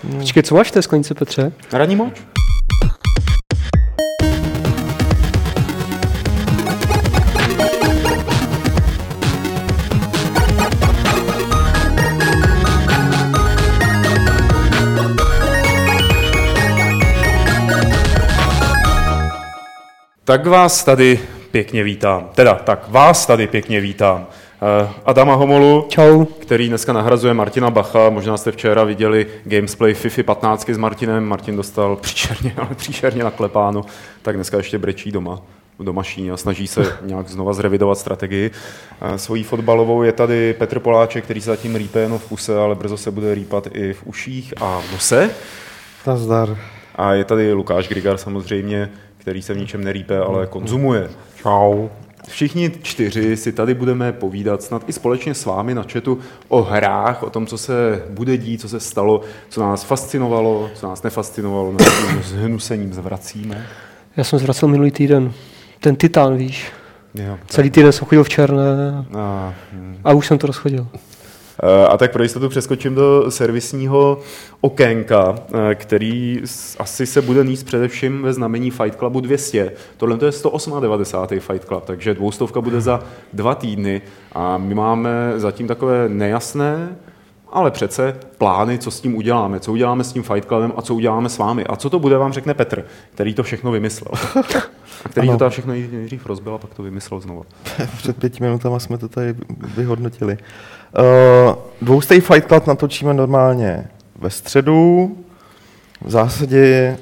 Počkej, co máš v té sklenici, Petře? Ranní moč? Tak vás tady pěkně vítám. Vás tady pěkně vítám. Adama Homolu, Čau. Který dneska nahrazuje Martina Bacha. Možná jste včera viděli gamesplay FIFA 15 s Martinem. Martin dostal příšerně naklepáno, tak dneska ještě brečí doma do mašíny a snaží se nějak znova zrevidovat strategii. Svojí fotbalovou je tady Petr Poláček, který se zatím rýpe jenom v puse, ale brzo se bude rýpat i v uších a v nose. Nazdar. A je tady Lukáš Grigar samozřejmě, který se v ničem nerýpe, ale konzumuje. Čau. Všichni čtyři si tady budeme povídat snad i společně s vámi na chatu o hrách, o tom, co se bude dít, co se stalo, co nás fascinovalo, co nás nefascinovalo, nad tím zhnusením zvracíme. Já jsem zvracel minulý týden. Ten Titán, víš. Jo, celý týden jsem chodil v černé a už jsem to rozchodil. A tak pro jistotu přeskočím do servisního okénka, který asi se bude níst především ve znamení Fight Clubu 200. Tohle to je 198. Fight Club, takže 200 bude za 2 týdny a my máme zatím takové nejasné, ale přece plány, co s tím uděláme, co uděláme s tím Fight Clubem a co uděláme s vámi. A co to bude, vám řekne Petr, který to všechno vymyslel. A který to tam všechno nejdřív rozbil a pak to vymyslel znovu. Před 5 minutama jsme to tady vyhodnotili. 200 Fight Club natočíme normálně ve středu. V zásadě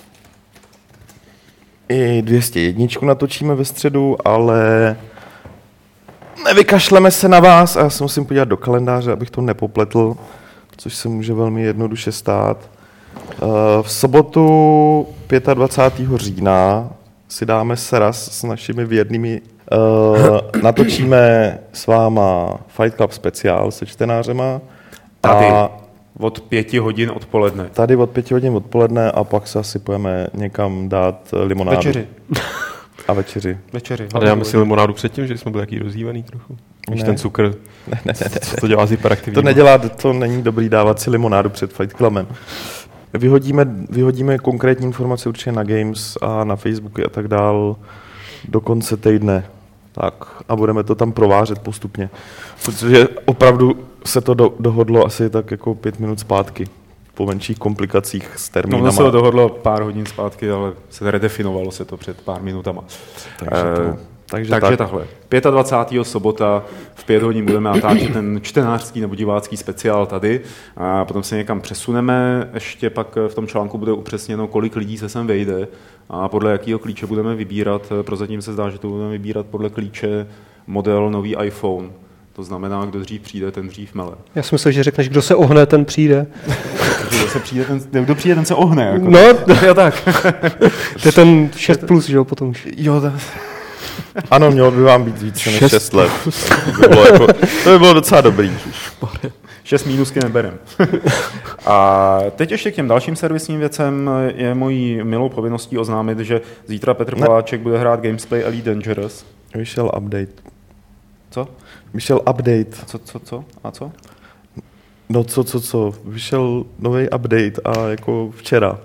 i 201 natočíme ve středu, ale nevykašleme se na vás a já se musím podívat do kalendáře, abych to nepopletl, což se může velmi jednoduše stát. V sobotu 25. října si dáme sraz s našimi věrnými. Natočíme s váma Fight Club speciál se čtenářema. Tady od 5 hodin odpoledne. Tady od 5 hodin odpoledne a pak se asi půjdeme někam dát limonádu. Večeři. A večeři. Ale já myslím limonádu předtím, že jsme byli jaký rozhývaný trochu. Víš, ten cukr. Ne. Co to dělá s hyperaktivní? To není dobrý dávat si limonádu před Fight Clubem. Vyhodíme konkrétní informace určitě na Games a na Facebooku a tak dál do konce týdne. Tak a budeme to tam provářet postupně. Protože opravdu se to dohodlo asi tak jako 5 minut zpátky. Po menších komplikacích s termínama. No, se to dohodlo pár hodin zpátky, ale se redefinovalo se to před pár minutama. Takže takhle. 25. sobota v 5 hodin budeme natáčet ten čtenářský nebo divácký speciál tady a potom se někam přesuneme. Ještě pak v tom článku bude upřesněno, kolik lidí se sem vejde a podle jakého klíče budeme vybírat. Prozatím se zdá, že to budeme vybírat podle klíče model nový iPhone. To znamená, kdo dřív přijde, ten dřív mele. Já si myslel, že řekneš, kdo se ohne, ten přijde. Kdo přijde, ten se ohne. Jako. No, jo tak. To je ten 6+, že jo, potom už. Jo, ano, mělo by vám být více než 6 let. To by bylo docela dobrý. 6 mínusky neberem. A teď ještě k těm dalším servisním věcem je mojí milou povinností oznámit, že zítra Petr Poláček bude hrát Gamesplay Elite Dangerous. Vyšel update. Co? Vyšel update. A co? No co? Vyšel nový update a jako včera.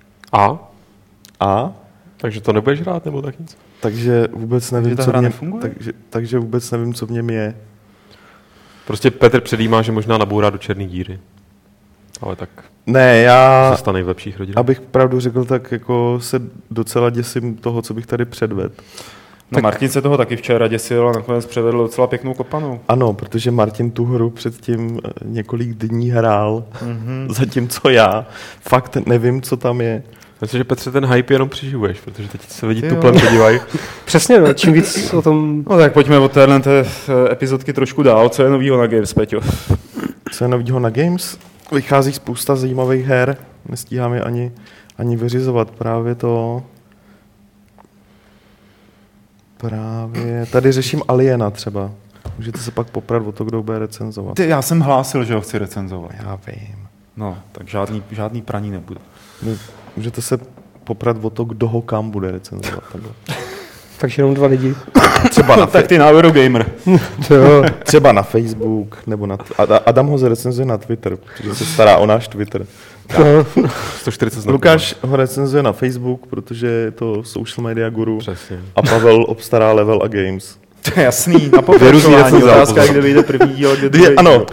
A? Takže to nebudeš hrát nebo tak nic? Takže vůbec nevím, co mě, takže vůbec nevím, co v něm je. Prostě Petr předjímá, že možná nabourá do černé díry. Ale tak ne, já se stane v lepších rodinách. Abych pravdu řekl, tak jako se docela děsím toho, co bych tady předvedl. No Martin se toho taky včera děsil a nakonec předvedl docela pěknou kopanou. Ano, protože Martin tu hru předtím několik dní hrál, zatímco já fakt nevím, co tam je. Myslím, že Petře, ten hype jenom přiživuješ, protože teď se lidi tuplem podívají. Přesně, no, čím víc o tom... No tak pojďme od téhle epizodky trošku dál. Co je novýho na Games, Peťo? Co je novýho na Games? Vychází spousta zajímavých her, nestíhám je ani vyřizovat. Právě tady řeším Aliena třeba. Můžete se pak poprat o to, kdo bude recenzovat. Já jsem hlásil, že ho chci recenzovat. Já vím. No, tak žádný praní nebude. Můžete se poprat o to, kdo ho kam bude recenzovat. Takže jenom 2 lidi. Třeba na, Tak ty na Eurogamer. třeba na Facebook, nebo na Adam ho zrecenzuje na Twitter, protože se stará o náš Twitter. 140 znaků. Lukáš ho recenzuje na Facebook, protože je to social media guru. Přesně. A Pavel obstará Level a Games. To je jasný, na pokračování. Otázka je, kde vyjde první díl, kde druhý. Ano,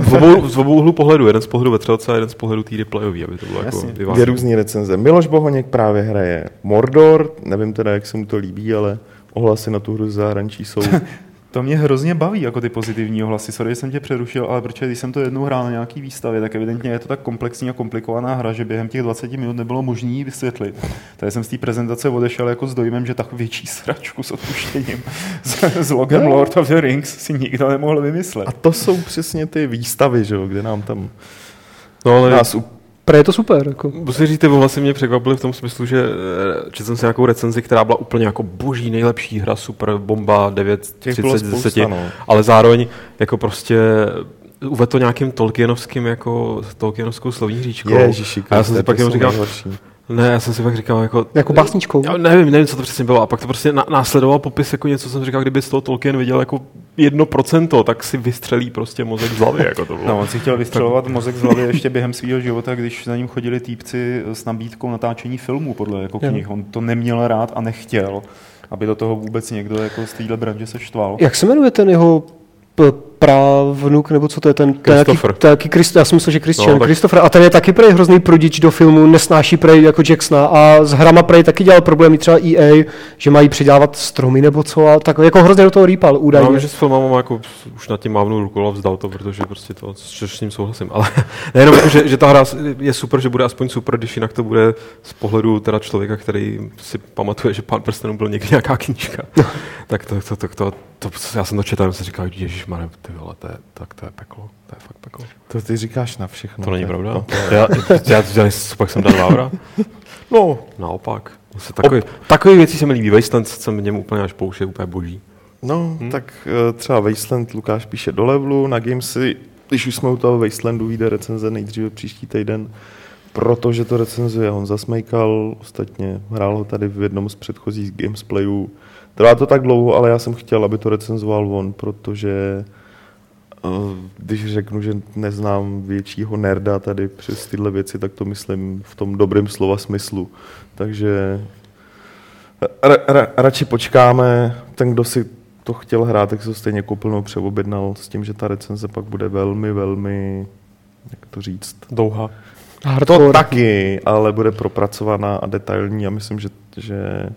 Z obou úhlu pohledu, jeden z pohledu vetřelce a jeden z pohledu té replayový, aby to bylo jako Jasně. vyvážené. dvě různý recenze. Miloš Bohoněk právě hraje Mordor, nevím teda, jak se mu to líbí, ale ohlasy na tu hru z zahraničí jsou... To mě hrozně baví, jako ty pozitivní ohlasy. Sorry, že jsem tě přerušil, ale protože když jsem to jednou hrál na nějaký výstavě, tak evidentně je to tak komplexní a komplikovaná hra, že během těch 20 minut nebylo možné ji vysvětlit. Takže jsem z té prezentace odešel jako s dojmem, že tak větší sračku s odpuštěním s logem Lord of the Rings si nikdo nemohl vymyslet. A to jsou přesně ty výstavy, že jo, kde nám tam... No ale nás Pre je to super. Jako. musím říct, ty ohlasy mě překvapily v tom smyslu, že četl jsem si nějakou recenzi, která byla úplně jako boží, nejlepší hra, super, bomba, 9, Těch 30 bylo z spousta, 10, no. ale zároveň jako prostě uvedl to nějakým Tolkienovskou slovní hříčkou. Ježiši, a já jsem si pak jenom říkal, nejhorší. ne, já jsem si pak říkal jako... Jako básničkou. Já nevím, co to přesně bylo. A pak to prostě následoval popis jako něco, jsem říkal, kdyby z toho Tolkien viděl jako 1%, tak si vystřelí prostě mozek z hlavy, jako to bylo. No, on si chtěl vystřelovat mozek z hlavy ještě během svého života, když za ním chodili týpci s nabídkou natáčení filmů podle jako knih. On to neměl rád a nechtěl, aby do toho vůbec někdo jako z téhle branže se štval. Jak se jmenuje ten jeho právnuk, nebo co to je ten? Christopher. Já jsem myslel, že Christian. No, tak... Christopher. A ten je taky prej hrozný prodič do filmu, nesnáší prej jako Jacksona a s hrama prej taky dělal problémy třeba EA, že mají předělávat stromy nebo co a tak jako hrozně do toho rýpal údajně. No, že s filmama jako už nad tím mávnul rukou a vzdal to, protože prostě to, s tím souhlasím. Ale nejenom jako, že ta hra je super, že bude aspoň super, když jinak to bude z pohledu teda člověka, který si pamatuje, že Pán prstenů byl někdy nějaká knížka. Tak to, já jsem to četl a jsem si říkal, ježišmarja, ty vole, to je peklo, to je fakt peklo. To ty říkáš na všechno. To není pravda. Já pak jsem dal Vávra. No, Naopak. Takové věci se mi líbí. Wasteland jsem něm úplně až pouště, úplně boží. no, tak třeba Wasteland Lukáš píše do levelu, na Gamesy, když už jsme u toho Wastelandu, vyjde recenze nejdříve příští týden, protože to recenzuje Honza Smejkal, ostatně hrál ho tady v jednom z předchozích gamesplayů. Trvá to tak dlouho, ale já jsem chtěl, aby to recenzoval on, protože když řeknu, že neznám většího nerda tady přes tyhle věci, tak to myslím v tom dobrém slova smyslu. Takže radši počkáme, ten, kdo si to chtěl hrát, tak se to stejně koupil přeobjednal s tím, že ta recenze pak bude velmi, velmi, jak to říct, Dlouhá. to taky, ale bude propracovaná a detailní a myslím, že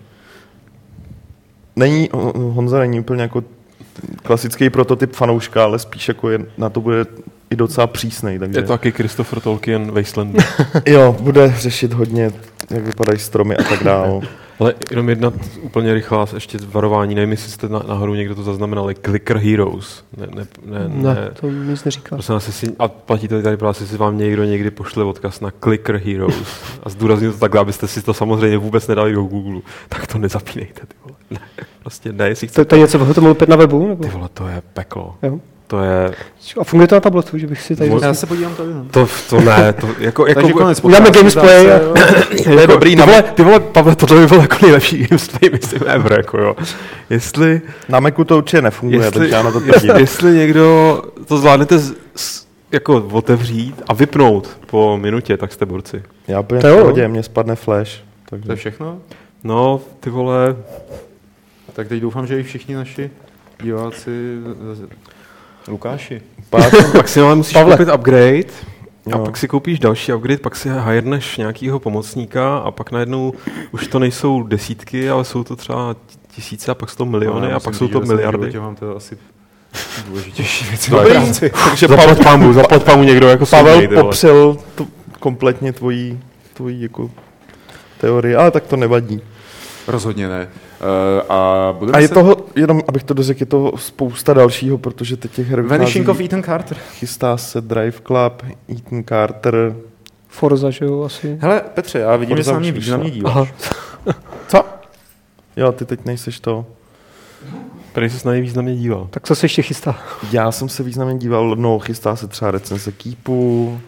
Honza není úplně jako klasický prototyp fanouška, ale spíš jako na to bude i docela přísnej. Takže... Je to taky Christopher Tolkien Wasteland. Jo, bude řešit hodně, jak vypadají stromy a tak dále. Ale jenom jedna úplně rychlá ještě varování, nevím, jestli jste náhodou někdo to zaznamenali, Clicker Heroes. Ne, to nic neříká. Prosím vás, a platí to tady pro vás, jestli vám někdy pošle odkaz na Clicker Heroes a zdůrazním to takhle, abyste si to samozřejmě vůbec nedali do Google, tak to nezapínejte, ty vole. Ne, prostě ne, jestli chcete. To je něco, to mohl na webu? Nebo? Ty vole, to je peklo. Jo. To je... A funguje to na tabletu, že bych si tady... Já se podívám tady. To ne, to jako uděláme gamesplay. To je dobrý. Ty vole, Pavle, tohle by bylo jako nejlepší gamesplay, myslím, ever, jako jo. Jestli... Na Macu to určitě nefunguje, takže já na to tvrdím. Jestli někdo to zvládnete jako otevřít a vypnout po minutě, tak jste borci. Já úplně v pohodě, mně spadne flash. Takže... To je všechno? No, ty vole... Tak teď doufám, že i všichni naši diváci... Lukáši. Pak si ale musíš koupit upgrade a pak si koupíš další upgrade, pak si hirneš nějakýho pomocníka a pak najednou už to nejsou desítky, ale jsou to třeba tisíce a pak jsou to miliony a pak jsou to miliardy. Mám to asi důležitější věci. Takže zaplať pámu někdo jako Pavel popřel to kompletně tvojí jako teorii, ale tak to nevadí. Rozhodně ne. A je toho, jenom abych to dořekl, je toho spousta dalšího, protože teď těch her Vanishing of Ethan Carter. Chystá se Drive Club, Ethan Carter. Forza, že jo, asi. Hele, Petře, já vidím, že se na mě významně díváš. Co? Jo, ty teď nejseš to. Tady se na něj významně díval. Tak co se ještě chystá? Já jsem se významně díval, chystá se třeba recenze Keepu,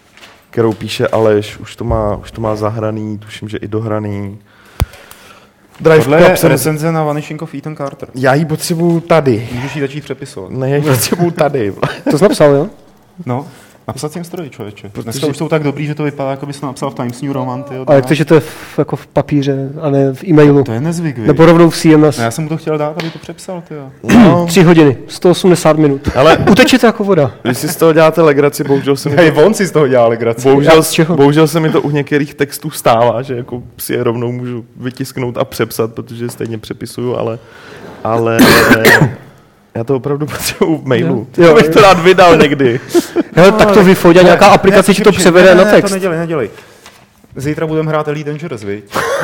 kterou píše Aleš, už to má zahraný, tuším, že i dohraný. Drive Tohle Club je jsem... recenze na Vanishing of Ethan Carter. Já ji potřebuju tady. Můžeš ji začít přepisovat. Ne, já ji potřebuju tady. To jsi napsal, jo? No, na psacím stroji, člověče. Dneska už jsou tak dobrý, že to vypadá, jako bys to napsal v Times New Roman. A jak to, že to je jako v papíře a ne v e-mailu? To je nezvyk, Nebo rovnou v CMS. No, já jsem mu to chtěl dát, aby to přepsal, ty. No, 3 hodiny, 180 minut. ale Uteče to jako voda. když si z toho děláte legraci, bohužel se mi Hej, to, on si z toho dělal legraci. bohužel se mi to u některých textů stává, že jako si je rovnou můžu vytisknout a přepsat, protože stejně přepisuju, ale já to opravdu potřebuji v mailu. Jo. Bych to rád vydal někdy. Hele, tak to vyfoď a nějaká aplikace ti to převede na text. Ne, to nedělej. Zítra budeme hrát Elite Dangerous, viď?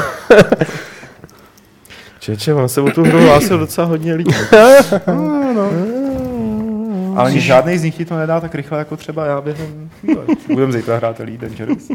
Čeče, on se o tu hru hlásil docela hodně lidí. Ale žádný z nich ti to nedá tak rychle, jako třeba já během... Budeme zítra hrát Elite Dangerous.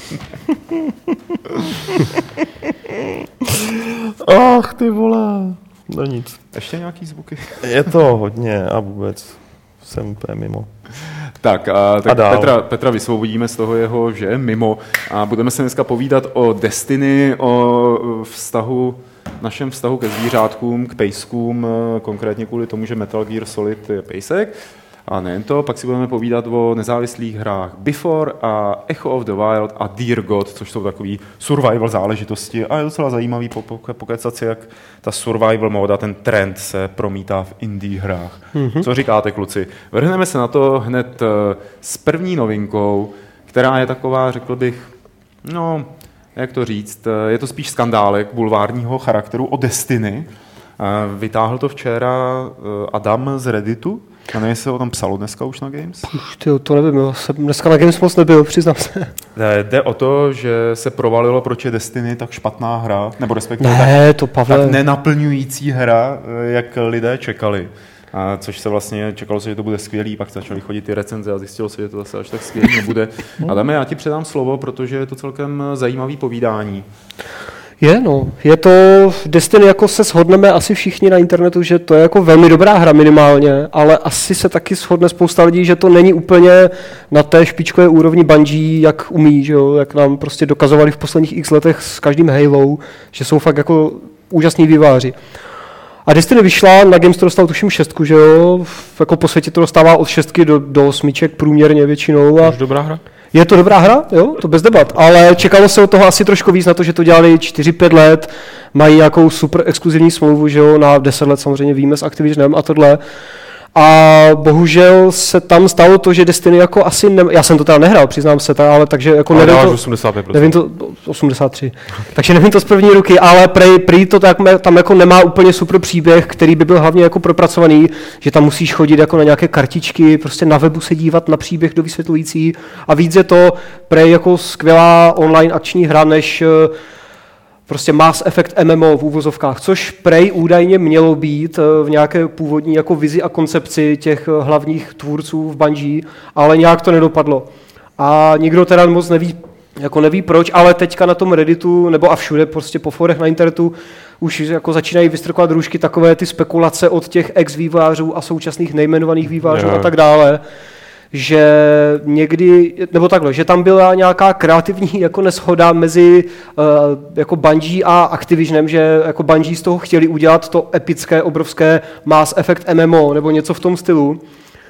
Ach, ty vole. No nic. Ještě nějaký zvuky? Je to hodně a vůbec jsem úplně mimo. Tak Petra vysvobodíme z toho jeho, že mimo. A budeme se dneska povídat o Destiny, o našem vztahu ke zvířátkům, k pejskům, konkrétně kvůli tomu, že Metal Gear Solid je pejsek. A nejen to, pak si budeme povídat o nezávislých hrách Before a Echo of the Wild a Dear God, což jsou takový survival záležitosti. A je docela zajímavý pokecat si, jak ta survival móda, ten trend se promítá v indie hrách. Mm-hmm. Co říkáte, kluci? Vrhneme se na to hned s první novinkou, která je taková, řekl bych, no, jak to říct, je to spíš skandálek bulvárního charakteru o Destiny. Vytáhl to včera Adam z Redditu. A nevím, jestli se o tom psalo dneska už na Games? Tyjo, to nevím, jo. Jsem dneska na Games moc nebyl, přiznám se. Jde o to, že se provalilo, proč je Destiny tak špatná hra, nebo respektive tak nenaplňující hra, jak lidé čekali. A což se vlastně čekalo se, že to bude skvělý, pak začaly chodit ty recenze a zjistilo se, že to zase až tak skvělý nebude. Adame, já ti předám slovo, protože je to celkem zajímavý povídání. Je to Destiny, jako se shodneme asi všichni na internetu, že to je jako velmi dobrá hra minimálně, ale asi se taky shodne spousta lidí, že to není úplně na té špičkové úrovni Bungie, jak umí, že jo? Jak nám prostě dokazovali v posledních x letech s každým Halo, že jsou fakt jako úžasní vývojáři. A Destiny vyšla, na Games to dostal tuším 6, že jo, jako po světě to dostává od 6 do 8 průměrně většinou. A dobrá hra? Je to dobrá hra, jo, to bez debat, ale čekalo se od toho asi trošku víc na to, že to dělali 4-5 let, mají nějakou super exkluzivní smlouvu, že jo, na 10 let samozřejmě víme s Activisionem a tohle. A bohužel se tam stalo to, že Destiny jako asi já jsem to teda nehrál, přiznám se, ale takže jako nevím to 85%. Nevím to 83. Takže nevím to z první ruky, ale prý to tam jako nemá úplně super příběh, který by byl hlavně jako propracovaný, že tam musíš chodit jako na nějaké kartičky, prostě na webu se dívat na příběh dovysvětlující a víc je to prej jako skvělá online akční hra, než prostě Mass Effect MMO v úvozovkách, což prej údajně mělo být v nějaké původní jako vizi a koncepci těch hlavních tvůrců v Bungie, ale nějak to nedopadlo. A nikdo teda moc neví proč, ale teďka na tom Redditu nebo a všude prostě po forech na internetu už jako začínají vystrkovat růžky takové ty spekulace od těch ex-vývojářů a současných nejmenovaných vývojářů a tak dále, že někdy, nebo takhle, že tam byla nějaká kreativní jako neshoda mezi jako Bungie a Activisionem, že jako Bungie z toho chtěli udělat to epické, obrovské Mass Effect MMO nebo něco v tom stylu.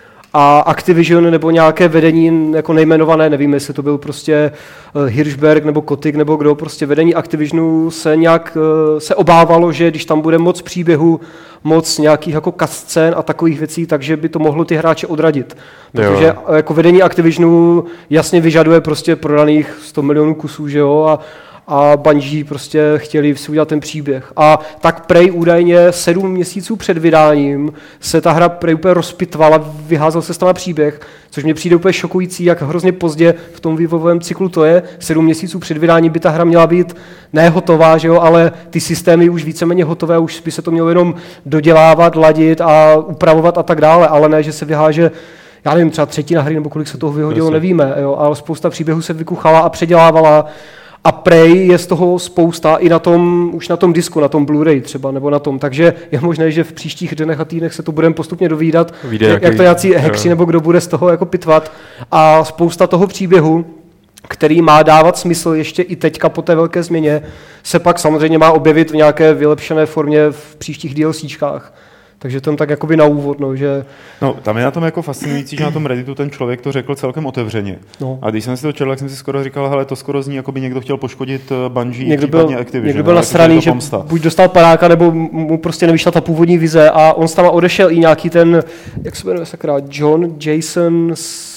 A Activision nebo nějaké vedení jako nejmenované, nevím, jestli to byl prostě Hirschberg nebo Kotick nebo kdo, prostě vedení Activisionu se nějak se obávalo, že když tam bude moc příběhu, moc nějakých jako cutscén a takových věcí, takže by to mohlo ty hráče odradit. Protože jako vedení Activisionu jasně vyžaduje prostě prodaných 100 milionů kusů, že jo, a Bungie prostě chtěli si udělat ten příběh. A tak prej údajně 7 měsíců před vydáním se ta hra prej úplně rozpitvala, vyházel se z toho příběh, což mě přijde úplně šokující, jak hrozně pozdě v tom vývojovém cyklu to je. 7 měsíců před vydáním by ta hra měla být ne hotová, že jo, ale ty systémy už víceméně hotové, už by se to mělo jenom dodělávat, ladit a upravovat a tak dále, ale ne, že se vyháže, já nevím, třeba třetina hry nebo kolik se toho vyhodilo, nevíme, jo, ale spousta příběhů se vykuchala a předělávala. A prej je z toho spousta i už na tom disku, na tom Blu-ray třeba, nebo na tom. Takže je možné, že v příštích dnech a týdnech se to budeme postupně dovídat, jak to nějací hackři nebo kdo bude z toho jako pitvat. A spousta toho příběhu, který má dávat smysl ještě i teďka po té velké změně, se pak samozřejmě má objevit v nějaké vylepšené formě v příštích DLCčkách. Takže to tak jakoby na úvod, no, že... No, tam je na tom jako fascinující, že na tom Redditu ten člověk to řekl celkem otevřeně. No. A když jsem si to četl, tak jsem si skoro říkal, hele, to skoro zní, jako by někdo chtěl poškodit Bungie, případně Activision. Někdo byl nasraný, že buď dostal panáka, nebo mu prostě nevyšla ta původní vize a on tam odešel i nějaký ten, jak se jmenuje sakra, Jason,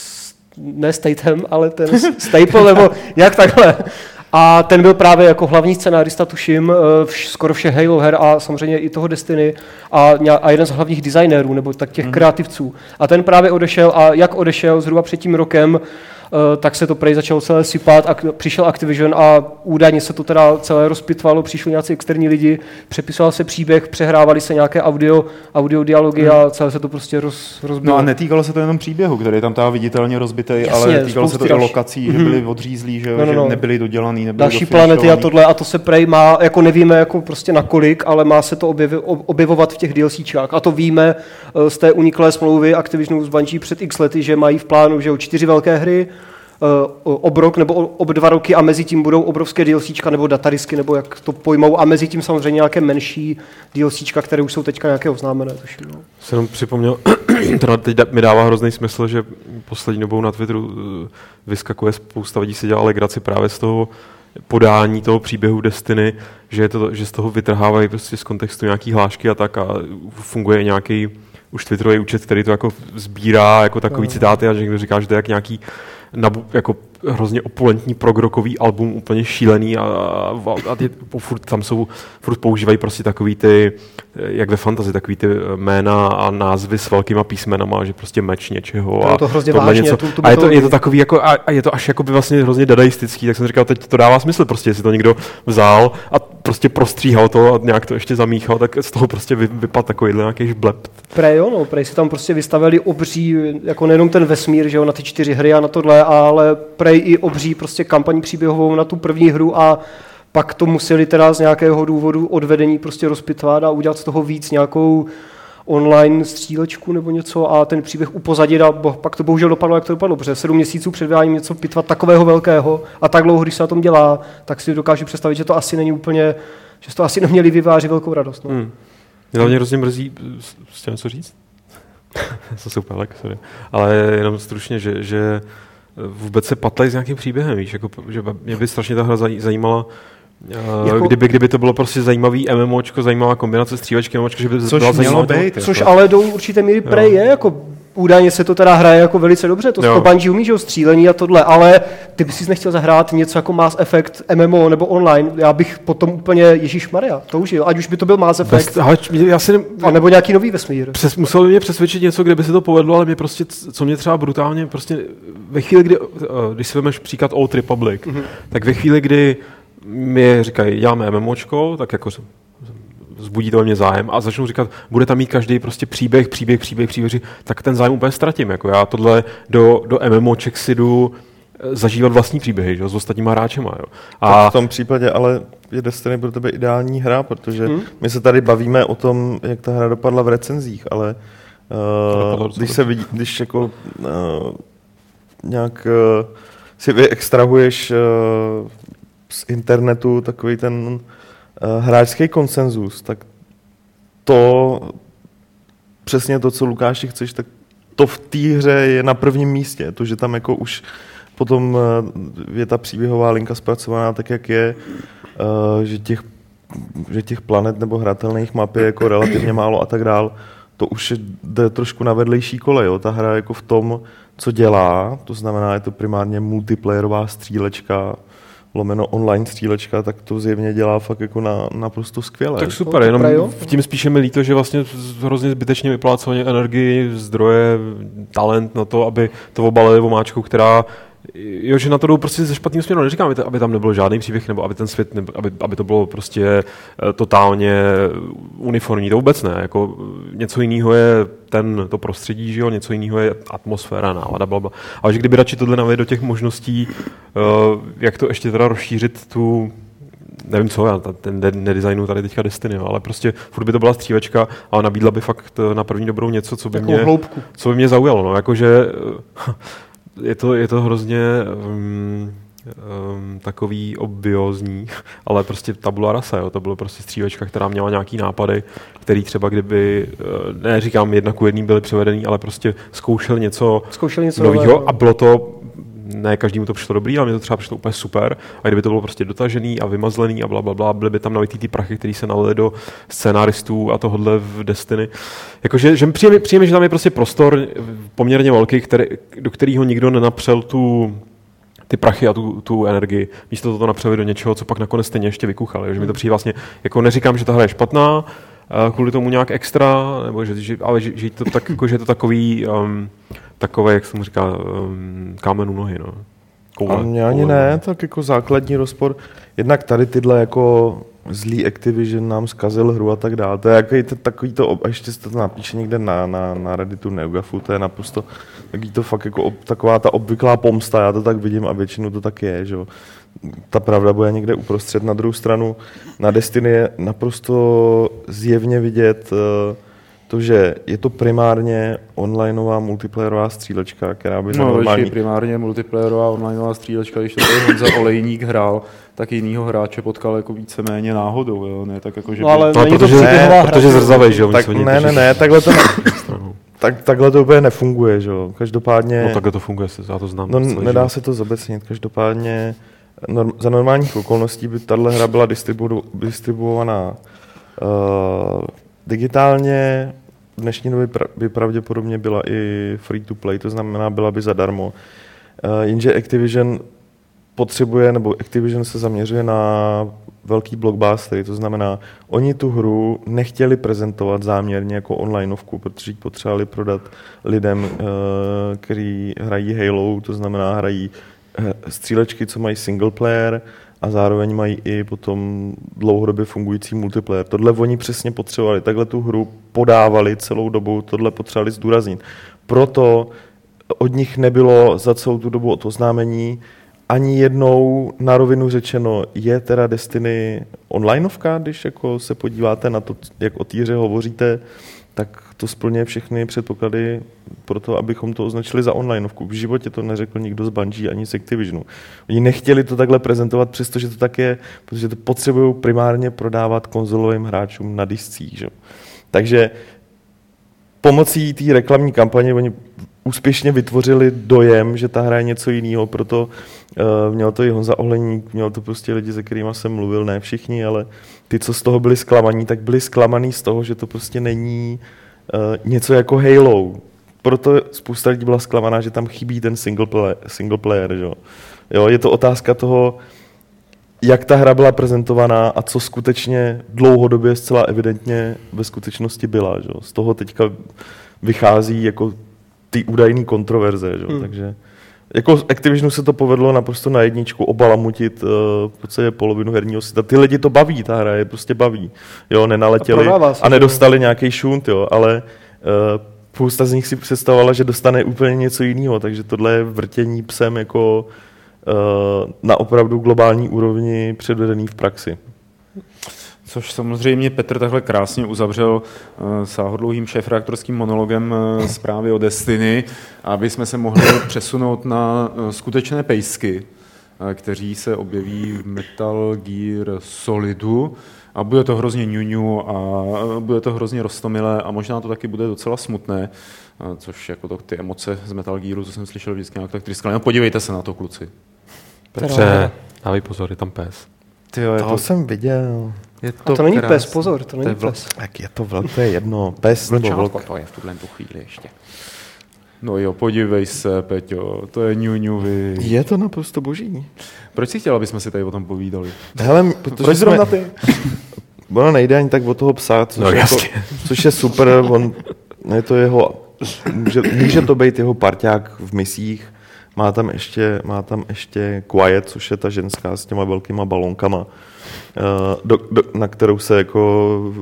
ne Statham, ale ten Staple, nebo jak takhle. A ten byl právě jako hlavní scenárista, tuším, skoro všech Halo her a samozřejmě i toho Destiny a jeden z hlavních designérů, nebo tak těch kreativců. A ten právě odešel a jak odešel zhruba před tím rokem, tak se to prej začalo celé sypat a přišel Activision a údajně se to teda celé rozpitvalo, přišli nějací externí lidi, přepisoval se příběh, přehrávali se nějaké audio dialogy a celé se to prostě rozbilo. No a netýkalo se to jenom příběhu, který je tam teda viditelně rozbitej, ale týkalo se to i lokací, že byly odřízlí, že nebyly dodělaný, nebyly další planety a tohle a to se prej má, jako nevíme jako prostě nakolik, ale má se to objevovat v těch DLCčkách a to víme z té uniklé smlouvy Activisionu s Bungie před x lety, že mají v plánu, že 4 velké hry, obrok nebo ob 2 roky a mezi tím budou obrovské DLCčka nebo datadisky, nebo jak to pojmou a mezi tím samozřejmě nějaké menší DLCčka, které už jsou teďka nějaké oznámené. No. Jsem jenom připomněl, teda teď mi dává hrozný smysl, že poslední dobou na Twitteru vyskakuje spousta lidí, si dělá legraci právě z toho podání toho příběhu Destiny, že z toho vytrhávají prostě z kontextu nějaký hlášky a tak a funguje nějaký už Twitterový účet, který to jako sbírá jako takový citáty a že někdo říká, že to je jak nějaký jako hrozně opulentní progrokový album, úplně šílený a tam furt používají prostě takový ty, jak ve fantasy, takový ty jména a názvy s velkýma písmenama, že prostě meč něčeho a to hrozně vážně, něco. A je to takový jako, a je to až jakoby vlastně hrozně dadaistický, tak jsem říkal, teď to dává smysl prostě, jestli to někdo vzal a prostě prostříhal to a nějak to ještě zamíchal, tak z toho prostě vypadl takovýhle nějaký žbleb. Prej si tam prostě vystavili obří, jako nejenom ten vesmír, že jo, na ty 4 hry a na tohle, ale prej i obří prostě kampaní příběhovou na tu první hru a pak to museli teda z nějakého důvodu odvedení prostě rozpitvat a udělat z toho víc nějakou online střílečku nebo něco a ten příběh upozadit a pak to bohužel dopadlo, jak to dopadlo, protože 7 měsíců před vydáním něco pitvat takového velkého a tak dlouho, když se na tom dělá, tak si dokážu představit, že to asi není úplně, že to asi neměli vyvářit velkou radost. No. Mě hlavně hrozně mrzí, chtěl něco říct? To jsou úplně sorry. Ale jenom stručně, že vůbec se patlají s nějakým příběhem, víš, jako, že mě by strašně ta hra zajímala, jako, kdyby to bylo prostě zajímavý MMOčko, zajímavá kombinace střílečky MMOčko, že by to byla zajímavá. Což ale do určité míry prej je, jako údajně se to teda hraje jako velice dobře, to Bungie umí, že střílení a tohle, ale ty bys si nechtěl zahrát něco jako Mass Effect, MMO nebo online, já bych potom úplně ježišmarja toužil, ať už by to byl Mass Effect, a nebo nějaký nový vesmír. Muselo mě přesvědčit něco, kde by se to povedlo, ale mě prostě, co mě třeba brutálně, prostě ve chvíli, když si vemeš příklad Old Republic, tak ve chvíli, kdy mi říkají, děláme MMOčko, tak jako vzbudí to ve mě zájem a začnu říkat, bude tam mít každý prostě příběh, tak ten zájem úplně ztratím. Jako já tohle do MMOček si jdu zažívat vlastní příběhy, že, s ostatníma hráčema. Jo. A v tom případě ale je Destiny pro tebe ideální hra, protože my se tady bavíme o tom, jak ta hra dopadla v recenzích, ale když jako nějak si vyextrahuješ z internetu takový ten hráčský konsenzus, tak to přesně to, co Lukáši chceš, tak to v té hře je na prvním místě. To, že tam jako už potom je ta příběhová linka zpracovaná tak, jak je, že těch planet nebo hratelných map je jako relativně málo a tak dál, to už jde trošku na vedlejší kole. Jo? Ta hra jako v tom, co dělá, to znamená, je to primárně multiplayerová střílečka, lomeno online střílečka, tak to zjevně dělá fakt jako naprosto skvěle. Tak super, jenom tím spíše mi líto, že vlastně hrozně zbytečně vypláceli energii, zdroje, talent na to, aby to obalili omáčkou, která že na to jdou prostě ze špatným směrem. Neříkám, aby tam nebyl žádný příběh, nebo aby ten svět, aby to bylo prostě totálně uniformní. To vůbec ne. Jako něco jiného je to prostředí, že jo? Něco jiného je atmosféra, nálada, blabla. Ale že kdyby radši tohle navili do těch možností, jak to ještě teda rozšířit tu, nevím co, já nedesignu tady teďka Destiny, ale prostě furt by to byla střívečka a nabídla by fakt na první dobrou něco, co by mě zaujalo. No, jakože je to hrozně takový obviozní, ale prostě tabula rasa, jo. To bylo prostě střílečka, která měla nějaký nápady, který třeba kdyby, ne říkám 1:1 byly převedený, ale prostě zkoušel něco nového a bylo to, ne každému to přišlo dobrý, ale mě to třeba přišlo úplně super a kdyby to bylo prostě dotažený a vymazlený a blablabla, byly by tam navitý ty prachy, které se nalily do scénaristů a tohodle v Destiny. Jakože že přijeme, že tam je prostě prostor poměrně velký, do kterého nikdo nenapřel ty prachy a tu energii. Místo to napřeli do něčeho, co pak nakonec stejně ještě vykuchali. Že mi to přijde vlastně, jako neříkám, že ta hra je špatná, kvůli tomu nějak extra, nebo ale že to tak, jako, že je to takový, takové, jak se mu říká, kámen u nohy. No. Koule, a mě ani ne, tak jako základní rozpor. Jednak tady tyhle jako zlý Activision nám zkazil hru a tak dále. To je takový to, a ještě se to napíše někde na Redditu Neugafu, to je naprosto takový to fakt jako taková ta obvyklá pomsta, já to tak vidím a většinou to tak je, že jo. Ta pravda bude někde uprostřed. Na druhou stranu na Destiny je naprosto zjevně vidět to, že je to primárně onlineová multiplayerová střílečka, která by normální... primárně multiplayerová onlineová střílečka, když to tady Honza Olejník hrál, tak jinýho hráče potkal jako víceméně náhodou, jo? Ne tak jako, že... No ale by... protože zrzavej, že jo? Tak ne, takhle to úplně nefunguje, že jo? Každopádně... No takhle to funguje, já to znám. No nedá se to zobecnit, každopádně za normálních okolností by tahle hra byla distribuovaná digitálně. V dnešní době by pravděpodobně byla i free to play, to znamená, byla by zadarmo. Jenže Activision Activision se zaměřuje na velký blockbustery, to znamená, oni tu hru nechtěli prezentovat záměrně jako onlineovku, protože ji potřebovali prodat lidem, kteří hrají Halo, to znamená, hrají střílečky, co mají single player a zároveň mají i potom dlouhodobě fungující multiplayer. Tohle oni přesně potřebovali, takhle tu hru podávali celou dobu, tohle potřebovali zdůraznit. Proto od nich nebylo za celou tu dobu od oznámení ani jednou na rovinu řečeno, je teda Destiny onlineovka, když jako se podíváte na to, jak o té hře hovoříte, tak to splňuje všechny předpoklady pro to, abychom to označili za onlineovku. V životě to neřekl nikdo z Bungie ani z Activisionu. Oni nechtěli to takhle prezentovat, přestože to tak je, protože to potřebují primárně prodávat konzolovým hráčům na discích. Že? Takže pomocí té reklamní kampaně oni úspěšně vytvořili dojem, že ta hra je něco jiného, proto měl to i Honza Ohleník, měl to prostě lidi, se kterými jsem mluvil, ne všichni, ale ty, co z toho byli zklamaní, tak byli zklamaní z toho, že to prostě není něco jako Halo. Proto spousta lidí byla zklamaná, že tam chybí ten single player. Že? Jo, je to otázka toho, jak ta hra byla prezentovaná a co skutečně dlouhodobě zcela evidentně ve skutečnosti byla. Že? Z toho teďka vychází jako ty údajné kontroverze. Že? Takže jako Activisionu se to povedlo naprosto na jedničku obalamutit v podstatě polovinu herního světa. Ty lidi to baví, ta hra je prostě baví. Jo, nenaletěli a nedostali nějaký šunt, jo, ale spousta z nich si představovala, že dostane úplně něco jiného, takže tohle je vrtění psem jako na opravdu globální úrovni předvedený v praxi. Což samozřejmě Petr takhle krásně uzavřel sáhodlouhým šéfredaktorským monologem zprávy o Destiny, aby jsme se mohli přesunout na skutečné pejsky, kteří se objeví v Metal Gear Solidu a bude to hrozně ňuňu a bude to hrozně roztomilé a možná to taky bude docela smutné, což jako to, ty emoce z Metal Gearu, co jsem slyšel vždycky nějak tak tryskaly. No podívejte se na to, kluci. Petře, dávej pozor, je tam pes. Toho jsem viděl. To není pes, pozor, to není pes. Tak je to vlk, to je jedno. Pes nebo vlk. To je v tuhle chvíli ještě. No jo, podívej se, Peťo, to je ňuňuvy. Je to naprosto boží. Proč si chtěl, aby jsme si tady o tom povídali? Hele, proč zrovna ty? Ono nejde ani tak o toho psa, což je super, je to jeho, může to být jeho parťák v misích, má tam ještě Quiet, což je ta ženská s těma velkýma balonkama, na kterou se jako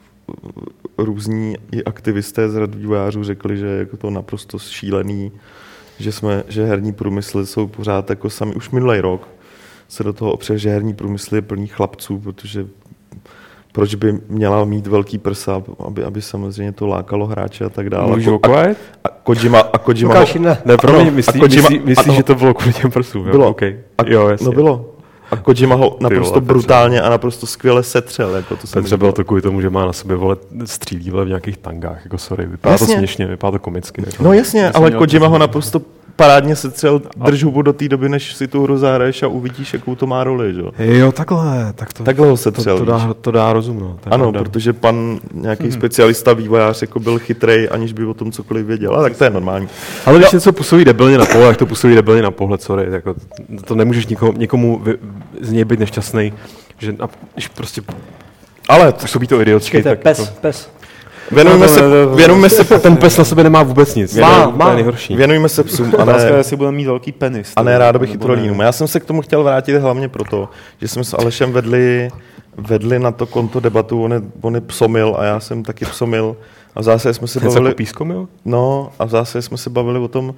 různí i aktivisté z řad vývojářů řekli, že je jako to naprosto šílený, že herní průmysly jsou pořád jako sami, už minulý rok se do toho opřel, že herní průmysl je plný chlapců, protože proč by měla mít velký prsa, aby samozřejmě to lákalo hráče a tak dále. Můžu okovat? A Kojima ne, promiň, myslíš, že to bylo kvůli těm prsům, bylo. Okay. Jo, jasně. No bylo. A Kojima ho naprosto brutálně a naprosto skvěle setřel. Jako to Petře bylo to kvůli tomu, že má na sobě střílí v nějakých tangách, jako sorry, vypadá to směšně, vypadá to komicky. Jako. No jasně, ale Kojima ho naprosto parádně setřel, drž hubu do té doby, než si tu hru zahraješ a uvidíš, jakou to má roli. Že? Jo, takhle. Takhle ho setřel. To dá rozum. No. Ano, protože pan nějaký specialista, vývojář jako byl chytrej, aniž by o tom cokoliv věděl. A tak to je normální. Ale když něco působí debilně na pohled, tak to působí debilně na pohled, sorry. Jako, to nemůžeš někomu z něj být nešťastný, že když prostě ale působí to idiotsky. Pes. Věnujme se ten pes na sebe nemá vůbec nic. Má. To je nejhorší. Věnujme se psům. Jestli budeme mít velký penis. A ne rádoby chytrolínům. Já jsem se k tomu chtěl vrátit hlavně proto, že jsme s Alešem vedli na to konto debatu, on je psomil a já jsem taky psomil. A v zásadě jsme se bavili... Jako pískomil? No, a v zásadě jsme se bavili o tom,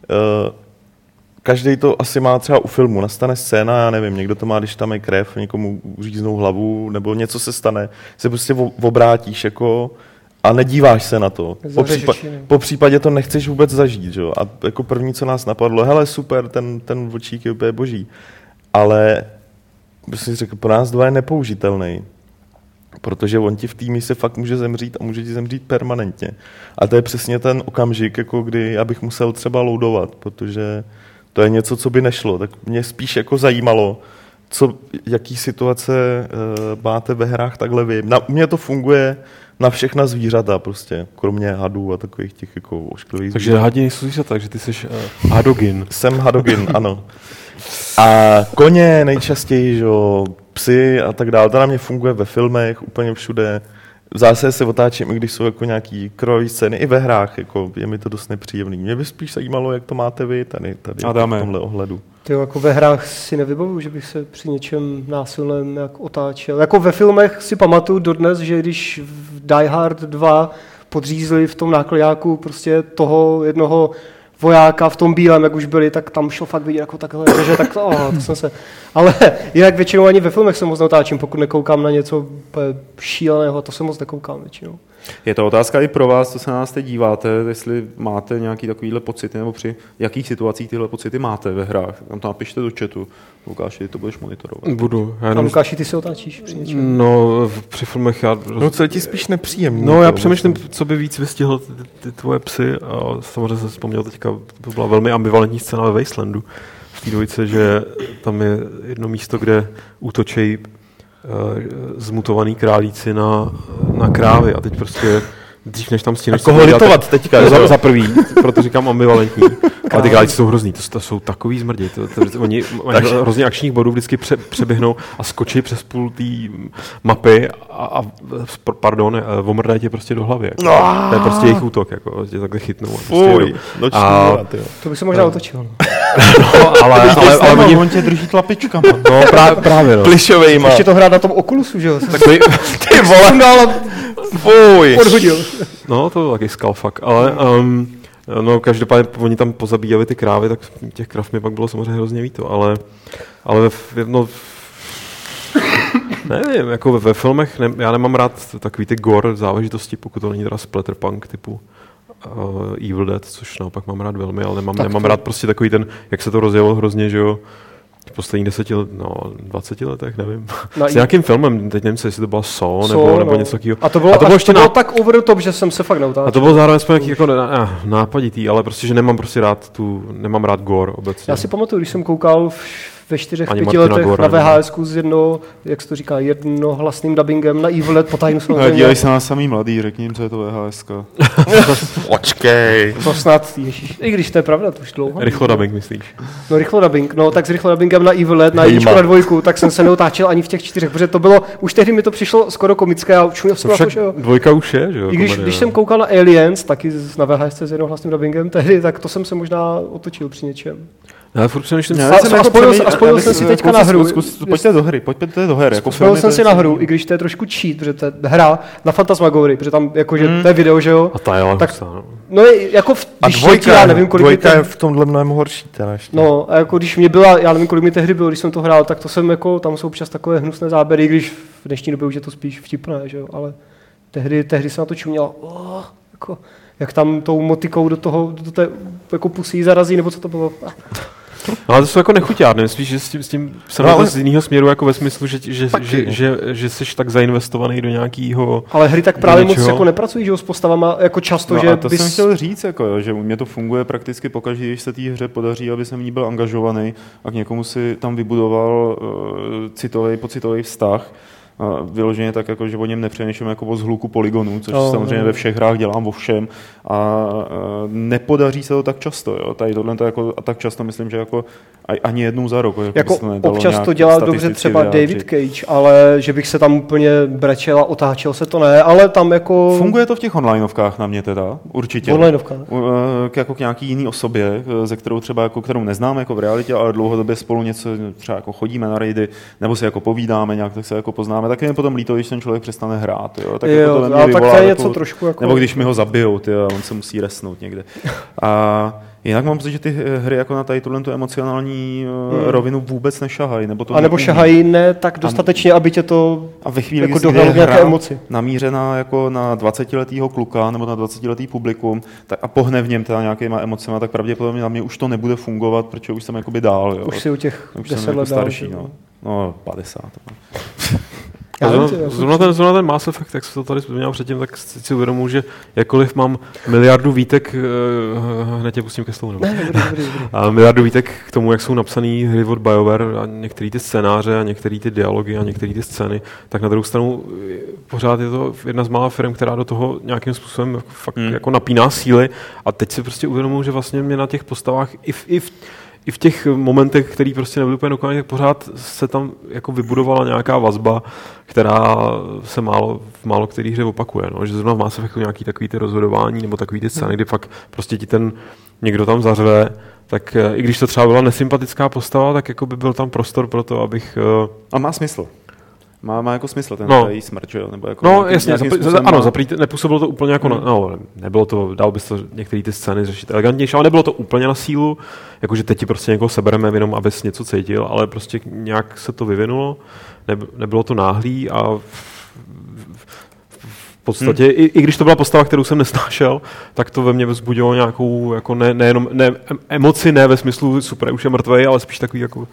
každý to asi má třeba u filmu, nastane scéna, já nevím, někdo to má, když tam je krev, někomu uříznou hlavu, nebo něco se stane, se prostě obrátíš jako a nedíváš se na to. Po případě to nechceš vůbec zažít, že? A jako první, co nás napadlo, hele super, ten vočík je úplně boží, ale bych si řekl, pro nás dva je nepoužitelný. Protože on ti v té misi fakt může zemřít a může ti zemřít permanentně. A to je přesně ten okamžik, jako kdy já bych musel třeba loadovat, protože to je něco, co by nešlo. Tak mě spíš jako zajímalo, jaký situace máte ve hrách takhle vy. U mě to funguje na všechna zvířata prostě, kromě hadů a takových těch jako ošklivých zvířat. Takže hadi nejsou zvířata, takže ty jsi hadogin. Jsem hadogin, ano. A koně nejčastěji, že psy a tak dále, to na mě funguje ve filmech, úplně všude. V zásadě se otáčím, i když jsou jako nějaký krvavé scény, i ve hrách, jako je mi to dost nepříjemný. Mě by spíš zajímalo, jak to máte vy tady v tomhle ohledu. Ty jako ve hrách si nevybavuju, že bych se při něčem násilném jak otáčel. Jako ve filmech si pamatuju dodnes, že když v Die Hard 2 podřízli v tom nákladňáku prostě toho jednoho vojáka v tom bílém, jak už byli, tak tam šlo fakt vidět jako takhle, že tak to jsem se... Ale jinak většinou ani ve filmech se moc neotáčím, pokud nekoukám na něco šíleného, to se moc nekoukám většinou. Je to otázka i pro vás, co se na nás teď díváte, jestli máte nějaký takovýhle pocity, nebo při jakých situacích tyhle pocity máte ve hrách. Tam to napište do chatu. Lukáši, ty to budeš monitorovat. Budu. A Lukáši, ty se otáčíš při něčem? No, při filmech já... No, co je ti spíš nepříjemný? No, já přemýšlím, co by víc vystihl ty tvoje psy. A samozřejmě jsem vzpomněl teďka, to byla velmi ambivalentní scéna ve Wastelandu. V té dvojice, že tam je jedno místo, kde útočí zmutovaný králíci na krávy a teď prostě dřív než tam stíneš... A koho litovat teďka? Za prvý, proto říkám ambivalentní. Ale ty králíci jsou hrozný, to jsou takový zmrdí. Oni mají hrozně akčních bodů, vždycky přeběhnou a skočí přes půl té mapy a omrdají tě prostě do hlavy. Jako. To je prostě jejich útok, jako, tě takhle chytnou. To bych se možná otočil. On tě drží tlapičkama. No právě. No. Plišovejma. Ještě to hrát na tom Oculusu, že jo? Ty vole, fuj. Podhodil. No, to byl taky skalfak, ale no, každopádně oni tam pozabíjeli ty krávy, tak těch krav mi pak bylo samozřejmě hrozně líto, ale nevím, jako ve filmech, já nemám rád takový ty gore záležitosti, pokud to není teda splatterpunk typu Evil Dead, což naopak mám rád velmi, ale nemám rád prostě takový ten, jak se to rozjelo hrozně, že jo, v posledních 20 letech, nevím. S nějakým filmem, teď nevím, jestli to byla Saw nebo něco takového. A to bylo ještě tak over the top, že jsem se fakt neutáčil. A to bylo zároveň nějaký jako nápaditý, ale prostě, že nemám rád gore obecně. Já si pamatuju, když jsem koukal ve 4-5 letech na VHS-ku s jak se to říká, jednohlasným dubbingem na Evil Dead potajím samozřejmě. Dívají se na samý mladý, řekni jim, co je to VHS-ka. Počkej. To snad, ježiš. I když to je pravda, to už dlouho. Rychlo dubbing, myslíš? No rychlo dubbing, no tak s rychlo dubbingem na Evil Dead, na jedničku, na dvojku, tak jsem se neotáčel ani v těch 4, protože to bylo, už tehdy mi to přišlo skoro komické a už jsem na to, že jo. Dvojka už je, že jo? I když jsem koukal na Aliens, taky na VHS s jednohlasným dubbingem tehdy, tak to jsem se možná otočil při něčem. Já furt přemýšlím, A spojil jsem si teďka na hru. Pojďte do her. Jako spojil jsem si na hru, i když to je trošku cheat, protože to je hra na Fantasmagorii, protože tam jakože to je video, že jo? A ta je tak, no jako když já nevím, kolik je v tomhle mnohem horší teda ještě. No, a jako když mě byla, já nevím, kolik mi tehdy bylo, když jsem to hrál, tak to jsem jako, tam jsou občas takové hnusné záběry, když v dnešní době už je to spíš vtipné, že jo? Ale tehdy jsem na to čuměla, jako, jak tam tou motikou do té jako pusí zarazí, nebo co to bylo. No ale to jsou jako nechutiárny, spíš, že s tím jsem z jiného směru, jako ve smyslu, že jsi tak zainvestovaný do nějakého. Ale hry tak právě moc jako nepracují, že jo, s postavama jako často, že a to jsem chtěl říct, jako, že u mě to funguje prakticky pokaždé, když se té hře podaří, aby jsem v ní byl angažovaný a k někomu si tam vybudoval pocitový vztah. A vyloženě tak, jako, že o něm nepřemýšlím jako o zhluku polygonů, což samozřejmě ve všech hrách dělám o všem a nepodaří se to tak často. Jo. Tady tohle to jako, a tak často myslím, že jako ani jednou za rok. Jako občas to dělá dobře třeba David Cage, ale že bych se tam úplně brečel a otáčel se to ne, ale tam jako... Funguje to v těch onlineovkách na mě teda, určitě. Onlineovkách. Jako k nějaký jiný osobě, ze kterou třeba jako, kterou neznám jako v realitě, ale dlouhodobě spolu něco třeba jako chodíme na raidy, nebo si jako povídáme, nějak tak se jako poznáme. Tak je mi potom líto, když ten člověk přestane hrát, jo. Tak jako to ve mě vyvolá, tak to je něco trošku jako... Nebo když mi ho zabijou, a on se musí resnout někde. A jinak mám pocit, že ty hry jako na tady tu emocionální rovinu vůbec nešahají. Nebo šahají ne tak dostatečně, aby tě to a ve chvíli, jako kdy dohnalo nějaké emoci. Namířená jako na 20letýho kluka nebo na 20letý publikum tak a pohne v něm teda nějakýma emocema, tak pravděpodobně na mě už to nebude fungovat, protože už jsem jakoby dál. Jo. Už si u těch 10 let starší, no 50. Zrovna ten Mass Effect, jak jsem to tady vzpomínal předtím, tak si uvědomuji, že jakkoliv mám miliardu výtek, hned tě pustím ke slovu, a miliardu výtek k tomu, jak jsou napsaný hry od BioWare a některé ty scénáře a některé ty dialogy a některé ty scény, tak na druhou stranu pořád je to jedna z mála firm, která do toho nějakým způsobem fakt jako napíná síly a teď si prostě uvědomuji, že vlastně mě na těch postavách i v těch momentech, který prostě nebyly úplně dokonalé, tak pořád se tam jako vybudovala nějaká vazba, která se v málo který hře opakuje. No? Že zrovna v Mass Effectu nějaký takový ty rozhodování nebo takový ty scény, kdy fakt prostě ti ten někdo tam zařve, tak i když to třeba byla nesympatická postava, tak jako by byl tam prostor pro to, abych... A má smysl. Má jako smysl ten její smrt, že jo? Nebo jako jasně, nepůsobilo to úplně jako, nebylo to, dal bys to některé ty scény řešit elegantnější, ale nebylo to úplně na sílu, jakože teď ti prostě někoho sebereme jenom, abys něco cítil, ale prostě nějak se to vyvinulo, nebylo to náhlý a v podstatě, i když to byla postava, kterou jsem nesnášel, tak to ve mně vzbudilo nějakou, jako nejenom emoci, ne ve smyslu super, už je mrtvej, ale spíš takový jako...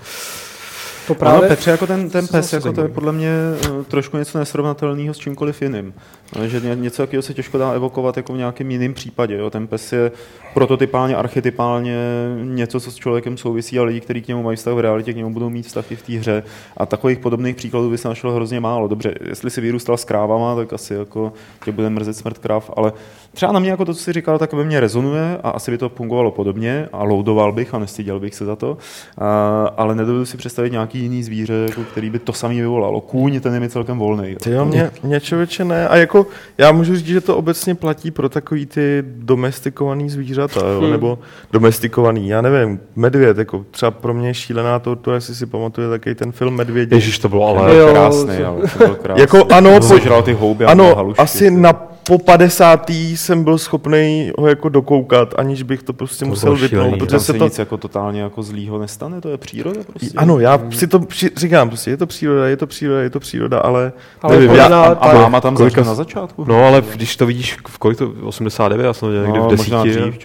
To právě... Ano, Petře, jako ten pes, jako to je podle mě trošku něco nesrovnatelného s čímkoliv jiným. Že něco takového se těžko dá evokovat jako v nějakém jiném případě. Jo. Ten pes je prototypálně, archetypálně něco, co s člověkem souvisí a lidi, kteří k němu mají vztah v realitě, k němu budou mít vztah i v té hře. A takových podobných příkladů by se našlo hrozně málo. Dobře, jestli si vyrůstal s krávama, tak asi jako tě bude mrzet smrt kráv, ale třeba na mě jako to, co jsi říkal, tak ve mně rezonuje a asi by to fungovalo podobně a loudoval bych a nestyděl bych se za to. Ale nedovedu si představit nějaký jiný zvíře, jako který by to samý vyvolalo. Kůň, ten je mi celkem volnej. Mě člověče ne. A jako já můžu říct, že to obecně platí pro takový ty domestikovaný zvířata, jo? Nebo domestikovaný, já nevím, medvěd, jako třeba pro mě je šílená to, jestli si pamatuje takový ten film Medvědi. Ježiš, to bylo ale krásný, jako ano, sežral ty houby a halušky. Asi po 50. jsem byl schopný ho jako dokoukat, aniž bych to prostě musel vypnout. Protože se nic jako totálně jako zlýho nestane, to je příroda prostě. Ano, já si to říkám, prostě je to příroda, ale nevím, a máma tam začala na začátku. No, ale když to vidíš v kolik to 89, já jsem to někdy v 10.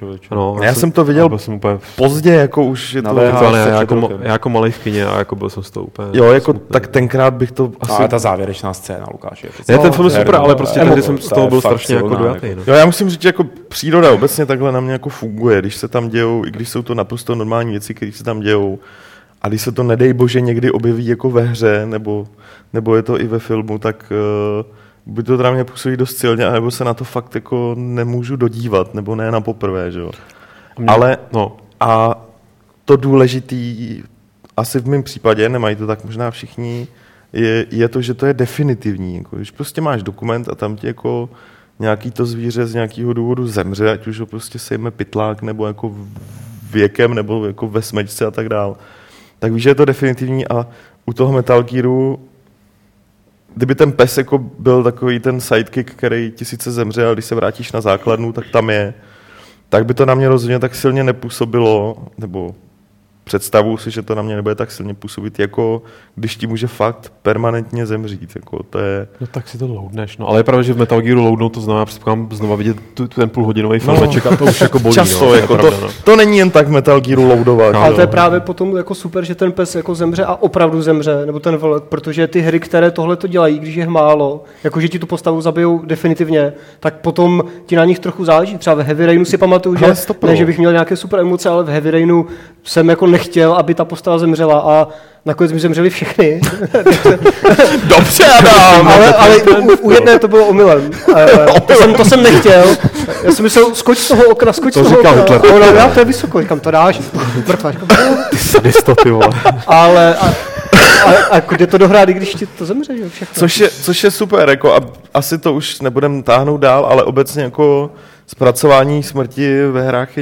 Já jsem to viděl pozdě, jako už je to jako malej v kině a jako byl jsem z toho úplně. Jo, jako tak tenkrát bych to asi. Ale ta závěrečná scéna, Lukáš. Ne, ten film je super, ale prostě tehdy jsem z toho byl strašně jako dojatý. Jo, já musím říct, že jako příroda obecně takhle na mě jako funguje, když se tam dějou, i když jsou to naprosto normální věci, které se tam dějou, a když se to nedej bože někdy objeví jako ve hře, nebo je to i ve filmu, tak buď to teda mě působí dost silně, anebo se na to fakt jako nemůžu dodívat, nebo ne na poprvé, že jo. Ale a to důležitý, asi v mém případě, nemají to tak možná všichni, je to, že to je definitivní. Jako, když prostě máš dokument a tam ti jako nějaký to zvíře z nějakého důvodu zemře, ať už ho prostě sejme pytlák nebo jako věkem nebo jako ve smečce a tak dál. Tak víš, že je to definitivní a u toho Metal Gearu, kdyby ten pes jako byl takový ten sidekick, který ti sice zemře, ale když se vrátíš na základnu, tak tam je, tak by to na mě rozhodně tak silně nepůsobilo, nebo představuji si, že to na mě nebude tak silně působit, jako když ti může fakt permanentně zemřít. Jako to je... No tak si to loadneš, no. Ale je pravda, že v Metal Gearu loadnou to znamená, předpokládám znova vidět ten půlhodinový filmeček a to už jako bolí. Často, no, jako pravda, no. to není jen tak v Metal Gearu loadovat. Ale to je právě potom jako super, že ten pes jako zemře a opravdu zemře, nebo ten vlk, protože ty hry, které tohle to dělají, když je málo, jako že ti tu postavu zabijou definitivně, tak potom ti na nich trochu záleží. Třeba ve Heavy Rainu si pamatuju, že ne, že bych měl nějaké super emoce, ale v Heavy Rainu jsem jako nechtěl, aby ta postava zemřela a nakonec mi zemřeli všechny. Dobře, Adam! ale u jedné to bylo omylem. To jsem nechtěl. Já jsem myslel, skoč z toho okna. Já to je vysoko, říkám, to dáš. Mrtvá, říkám, ty sadisto, ty vole. Ale a kde to dohrát, i když ti to zemře, že všechno. Což je super, jako asi to už nebudem táhnout dál, ale obecně jako zpracování smrti ve hrách je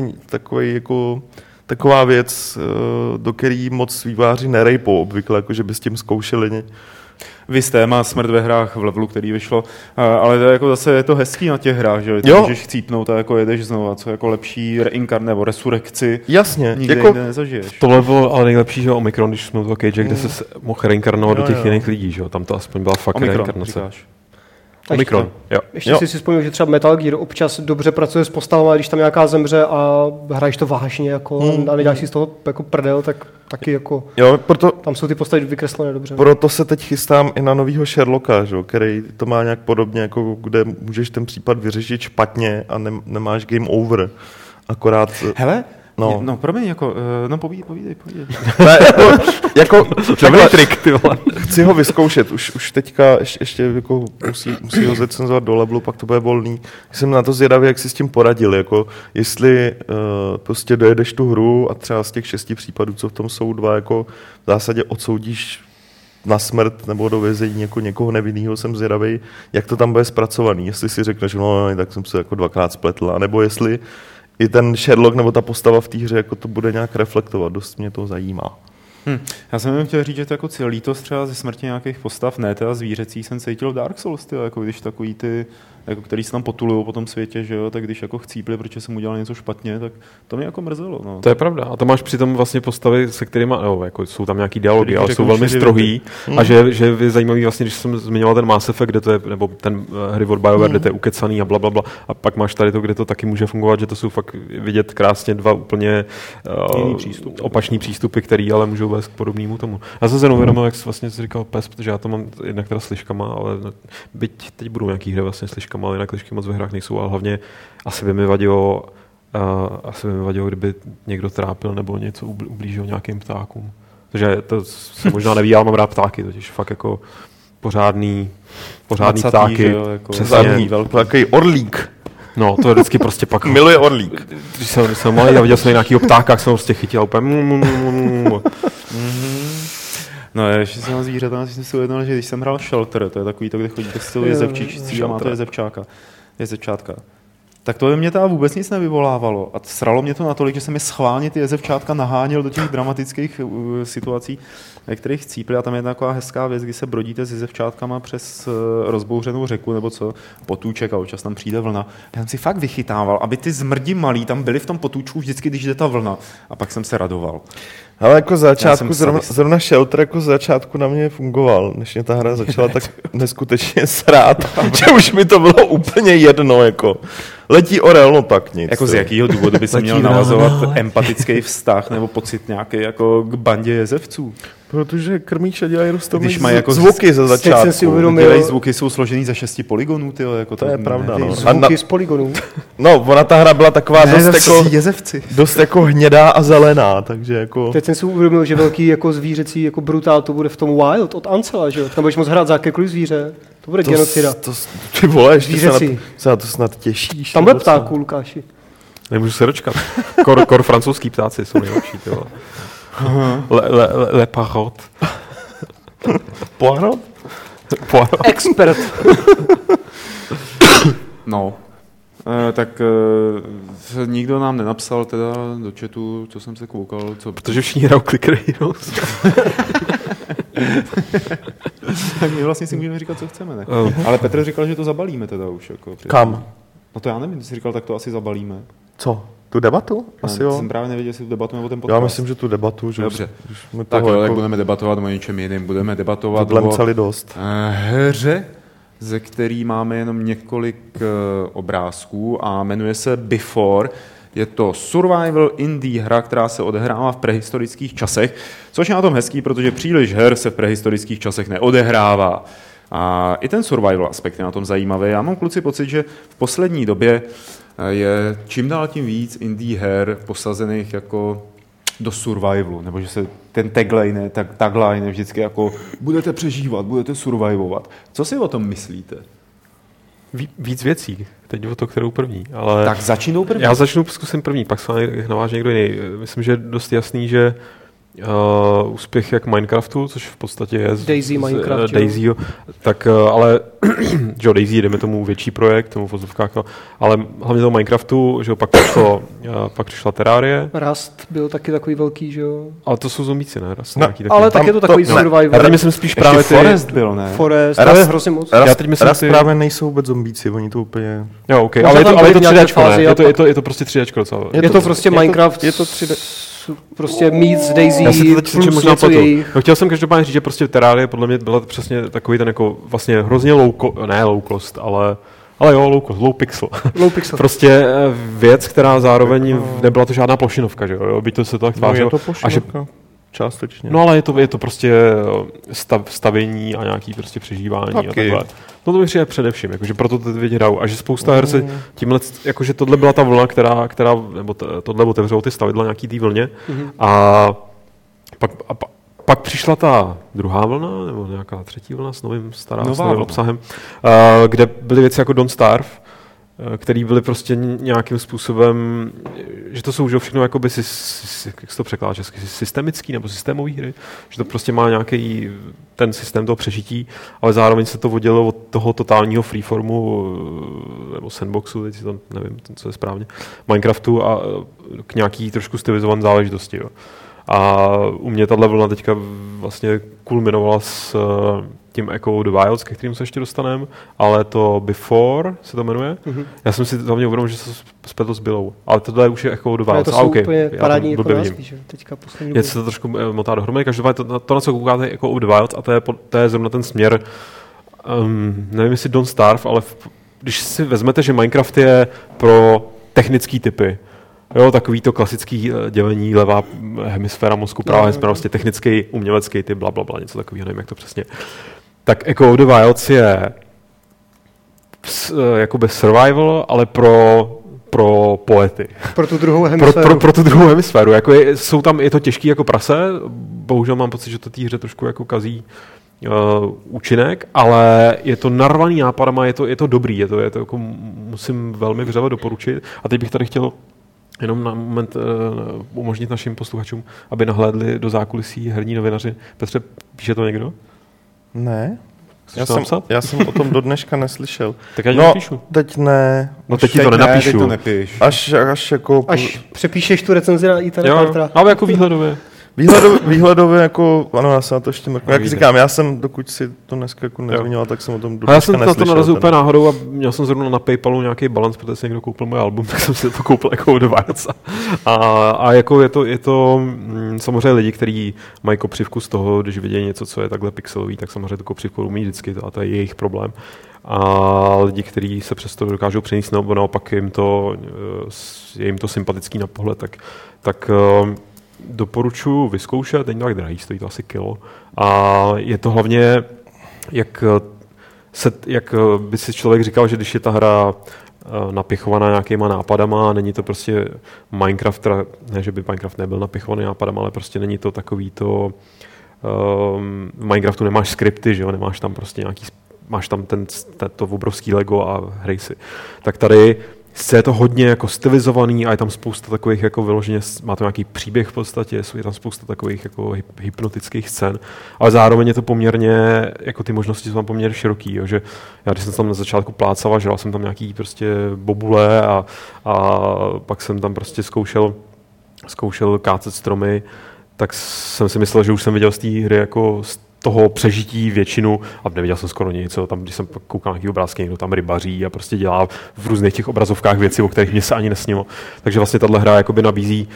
taková věc, do který moc vývojáři nerejpou obvykle, jako že by s tím zkoušeli. Vys téma smrt ve hrách v levelu, který vyšlo, ale to jako zase je to hezký na těch hrách, že ty můžeš chcípnout a jako jedeš znova, co jako lepší reinkarn nebo resurrekci. Jasně. Nikde jako, jinde nezažiješ. Tohle bylo ale nejlepší, že Omikron, když jsme do Cage, kde se mohl reinkarnovat do těch jiných lidí, že jo, tam to aspoň byla fakt Omikron, reinkarnace. Říkáš. Omikron, jo. Ještě si vzpomněl, že třeba Metal Gear občas dobře pracuje s postavami, když tam nějaká zemře a hraješ to vážně jako, a nedáš si z toho jako prdel, tak taky jako tam jsou ty postavy vykreslené dobře. Proto se teď chystám i na novýho Sherlocka, že? Který to má nějak podobně, jako kde můžeš ten případ vyřešit špatně a nemáš game over. Akorát... Hele, no promiň, jako, povídej. Ne, jako trik, ty vole. Chci ho vyzkoušet, už teďka ještě jako musí ho zrecenzovat do levelu, pak to bude volný. Jsem na to zvědavý, jak si s tím poradil, jako jestli prostě dojedeš tu hru a třeba z těch 6 případů, co v tom jsou 2, jako v zásadě odsoudíš na smrt nebo do vězení jako někoho nevinného, jsem zvědavý, jak to tam bude zpracovaný. Jestli si řekneš, no tak jsem se jako 2krát spletl, anebo jestli i ten Sherlock nebo ta postava v té hře jako to bude nějak reflektovat, dost mě to zajímá. Já jsem jenom chtěl říct, že to jako lítost třeba ze smrti nějakých postav, ne teda zvířecí, jsem cítil v Dark Souls, tyjo, jako když takový ty, jako který se tam potulujou po tom světě, že jo, tak když jako chcípli, protože jsem udělal něco špatně, tak to mě jako mrzelo. No. To je pravda. A to máš přitom vlastně postavy, se kterými, jako jsou tam nějaký dialogy, ale jsou velmi strohý. A že je zajímavý vlastně, když jsem zmiňoval ten Mass Effect, kde to je, nebo ten hry od BioWare, kde to je ukecaný a blablabla. A pak máš tady to, kde to taky může fungovat, že to jsou fakt vidět krásně dva úplně opačný přístupy, který ale můžou vést k podobnému tomu. Já jsem se uvědomil, jak vlastně jsi říkal pes, protože já to mám jednak teda s liškama, ale byť teď budou nějaký hry vlastně s liškama, ale jinak lišky moc ve hrách nejsou, ale hlavně asi by mi vadilo, kdyby někdo trápil nebo něco ublížil nějakým ptákům. Takže to se možná neví, ale mám rád ptáky, totiž fakt jako pořádný ptáky. Že jo, jako přesně, velký orlík. No, to je vždycky prostě pak... Miluje orlík. Když jsem malý a viděl jsem nějakýho ptáka, jak jsem ho prostě chytil úplně... No ještě jsem na zvířata, jsem si uvědomil, že když jsem hrál Shelter, to je takový to, kde chodíte s celou jezevčičcí a máte jezevčátka. Tak to ve mě teda vůbec nic nevyvolávalo a sralo mě to natolik, že jsem je schválně ty jezevčátka naháněl do těch dramatických situací, ve kterých chcípli a tam je taková hezká věc, kdy se brodíte s jezevčátkama přes rozbouřenou řeku nebo co, potůček a občas tam přijde vlna. Já jsem si fakt vychytával, aby ty zmrdi malí tam byli v tom potůčku vždycky, když jde ta vlna a pak jsem se radoval. Ale jako začátku, zrovna Shelter jako začátku na mě fungoval, než mě ta hra začala tak neskutečně srát, že už mi to bylo úplně jedno, jako. Letí orel, no tak nic. Jako z jakého důvodu by se měl navazovat empatický vztah nebo pocit nějaký jako k bandě jezevců? Protože krmíš a dělají rostomí jako zvuky ze začátku. Dělají zvuky, jsou složený ze 6 polygonů, tyjo, jako to je pravda, no. Zvuky z polygonů. No, ona ta hra byla taková dost jako hnědá a zelená, takže jako... Teď jsem si uvědomil, že velký jako zvířecí jako brutál to bude v tom Wild od Ancela, že jo? Tam budeš moc hrát za jakékoliv zvíře. To bude genocida. Ty vole, se na to snad těšíš. Tam bude ptáků, Lukáši. Nemůžu se dočkat. Kor francouzský ptáci jsou nejlepší, ty vole. Le Parrot. Poirot? Expert. No. Tak nikdo nám nenapsal teda do chatu, co jsem se koukal. Protože všichni hrajou Clicker Heroes. Tak my vlastně si můžeme říkat, co chceme, ne? Ale Petr říkal, že to zabalíme teda už. Jako, Kam? No to já nevím, ty jsi říkal, tak to asi zabalíme. Co? Tu debatu? Asi jo. Jsem právě nevěděl, jestli tu debatu nebo ten podcast. Já myslím, že tu debatu. Že dobře. Tak jo, jako tak budeme debatovat o něčem jiném. Budeme debatovat o dost. Hře, ze který máme jenom několik obrázků a jmenuje se Before. Je to survival indie hra, která se odehrává v prehistorických časech, což je na tom hezký, protože příliš her se v prehistorických časech neodehrává. A i ten survival aspekt je na tom zajímavý. Já mám, kluci, pocit, že v poslední době je čím dál tím víc indie her posazených jako do survivalu, nebo že se ten tagline je vždycky jako budete přežívat, budete survivovat. Co si o tom myslíte? Víc věcí. Teď o to, kterou první. Ale tak začínou první. Já zkusím první, pak se naváže někdo jiný. Myslím, že je dost jasný, že úspěch jak Minecraftu, což v podstatě je Daisy, tak ale že Daisy, jdeme tomu větší projekt, tomu v vozovkách, ale hlavně toho Minecraftu, že pak přišla Terrarie. Rust byl taky takový velký, že jo? Ale to jsou zombíci, ne? Rust, no, ale tak je to takový survival. Já teď myslím spíš právě ty... Forest byl, ne? Forest, to je hrozně moc. Rust právě nejsou vůbec zombíci, oni to úplně... Jo, okay. Ale je to 3Dčko, ne? Je to prostě 3Dčko docela. Je to prostě Minecraft, je to 3D. Prostě meets Daisy plus něco jejich. No, chtěl jsem každopádně říct, že prostě Terrarie podle mě byla přesně takový ten jako vlastně hrozně low cost, ale low pixel. Prostě věc, která zároveň nebyla to žádná plošinovka, že jo? Byť to se to tak tvářilo. No, je to plošinovka. Částečně. No ale je to prostě stavění a nějaký prostě přežívání taky. A takhle. No to mi přijde především, jakože proto ty věci hrajou. A že spousta her se tímhle, jakože tohle byla ta vlna, která nebo tohle otevřelo ty stavidla nějaký té vlně. A pak přišla ta druhá vlna, nebo nějaká třetí vlna s novým obsahem, kde byly věci jako Don't Starve, který byly prostě nějakým způsobem, že to jsou už všechno jakoby, jak se to překládá česky, systemický nebo systémový hry, že to prostě má nějaký ten systém toho přežití, ale zároveň se to oddělilo od toho totálního freeformu nebo sandboxu, teď si to nevím, co je správně, Minecraftu a k nějaký trošku stylizované záležitosti. Jo. A u mě tahle vlna teďka vlastně kulminovala s tím Echo of the Wilds, ke kterým se ještě dostaneme, ale to Before se to jmenuje. Já jsem si hlavně uvědomil, že se spletl s Billou, ale tohle už je Echo of the Wilds. To jsou úplně parádní jako názvy, že? Teďka poslední dobu. Je se to trošku motá dohromady, každopádně to, na co koukáte Echo of the Wilds a to je zrovna ten směr, nevím jestli Don't Starve, ale když si vezmete, že Minecraft je pro technický typy, jo, takový to klasický dělení levá hemisféra mozku, pravá hemisféra, prostě technický, umělecký typ, blablabla, něco takového, nevím, jak to přesně. Tak Echo of the Wilds je jakoby survival, ale pro poety. Pro tu druhou hemisféru. Pro tu druhou hemisféru. Jako jsou tam, je to těžký jako prase, bohužel mám pocit, že to té hře trošku jako kazí účinek, ale je to narvaný nápadama, je to dobrý, je to jako, musím velmi vřele doporučit. A teď bych tady chtěl jenom na moment umožnit našim posluchačům, aby nahlédli do zákulisí herní novinaři. Petře, píše to někdo? Ne. Já jsem o tom do dneška neslyšel. Tak já ti napíšu. Teď ne. No teď ti to nenapíšu. Teď to nepíš. Až přepíšeš tu recenzi na IT Reportera. Ale jako výhledově. Výhledově jako, ano, já se na to ještě mrknu. Jak říkám, já jsem, dokud si to dneska jako nezmínila, tak jsem o tom já jsem na to narazil úplně náhodou a měl jsem zrovna na PayPalu nějaký balans, protože si někdo koupil můj album, tak jsem si to koupil jako do Vánoce. A jako je to samozřejmě lidi, kteří mají kopřivku z toho, když vidějí něco, co je takhle pixelový, tak samozřejmě tu kopřivku umí vždycky, a to je jejich problém. A lidi, kteří se přesto dokážou přenést, nebo naopak je jim to sympatický na pohled, tak doporučuji vyzkoušet, není to tak drahý, stojí to asi kilo. A je to hlavně, jak by si člověk říkal, že když je ta hra napěchovaná nějakýma nápadama, není to prostě Minecraft, ne, že by Minecraft nebyl napěchovaný nápadama, ale prostě není to takový to, v Minecraftu nemáš skripty, že jo, nemáš tam prostě máš tam to obrovský Lego a hrej si. Tak tady je to hodně jako stylizovaný a je tam spousta takových jako vyloženě, má to nějaký příběh v podstatě, je tam spousta takových jako hypnotických scén, ale zároveň je to poměrně, jako ty možnosti jsou tam poměrně široký, jo, že já když jsem tam na začátku plácal a žral jsem tam nějaký prostě bobule a pak jsem tam prostě zkoušel kácet stromy, tak jsem si myslel, že už jsem viděl z té hry jako toho přežití většinu a neviděl jsem skoro nic, tam, když jsem koukal na nějaký obrázky, někdo tam rybaří a prostě dělá v různých těch obrazovkách věci, o kterých mě se ani nesnilo. Takže vlastně tahle hra jakoby nabízí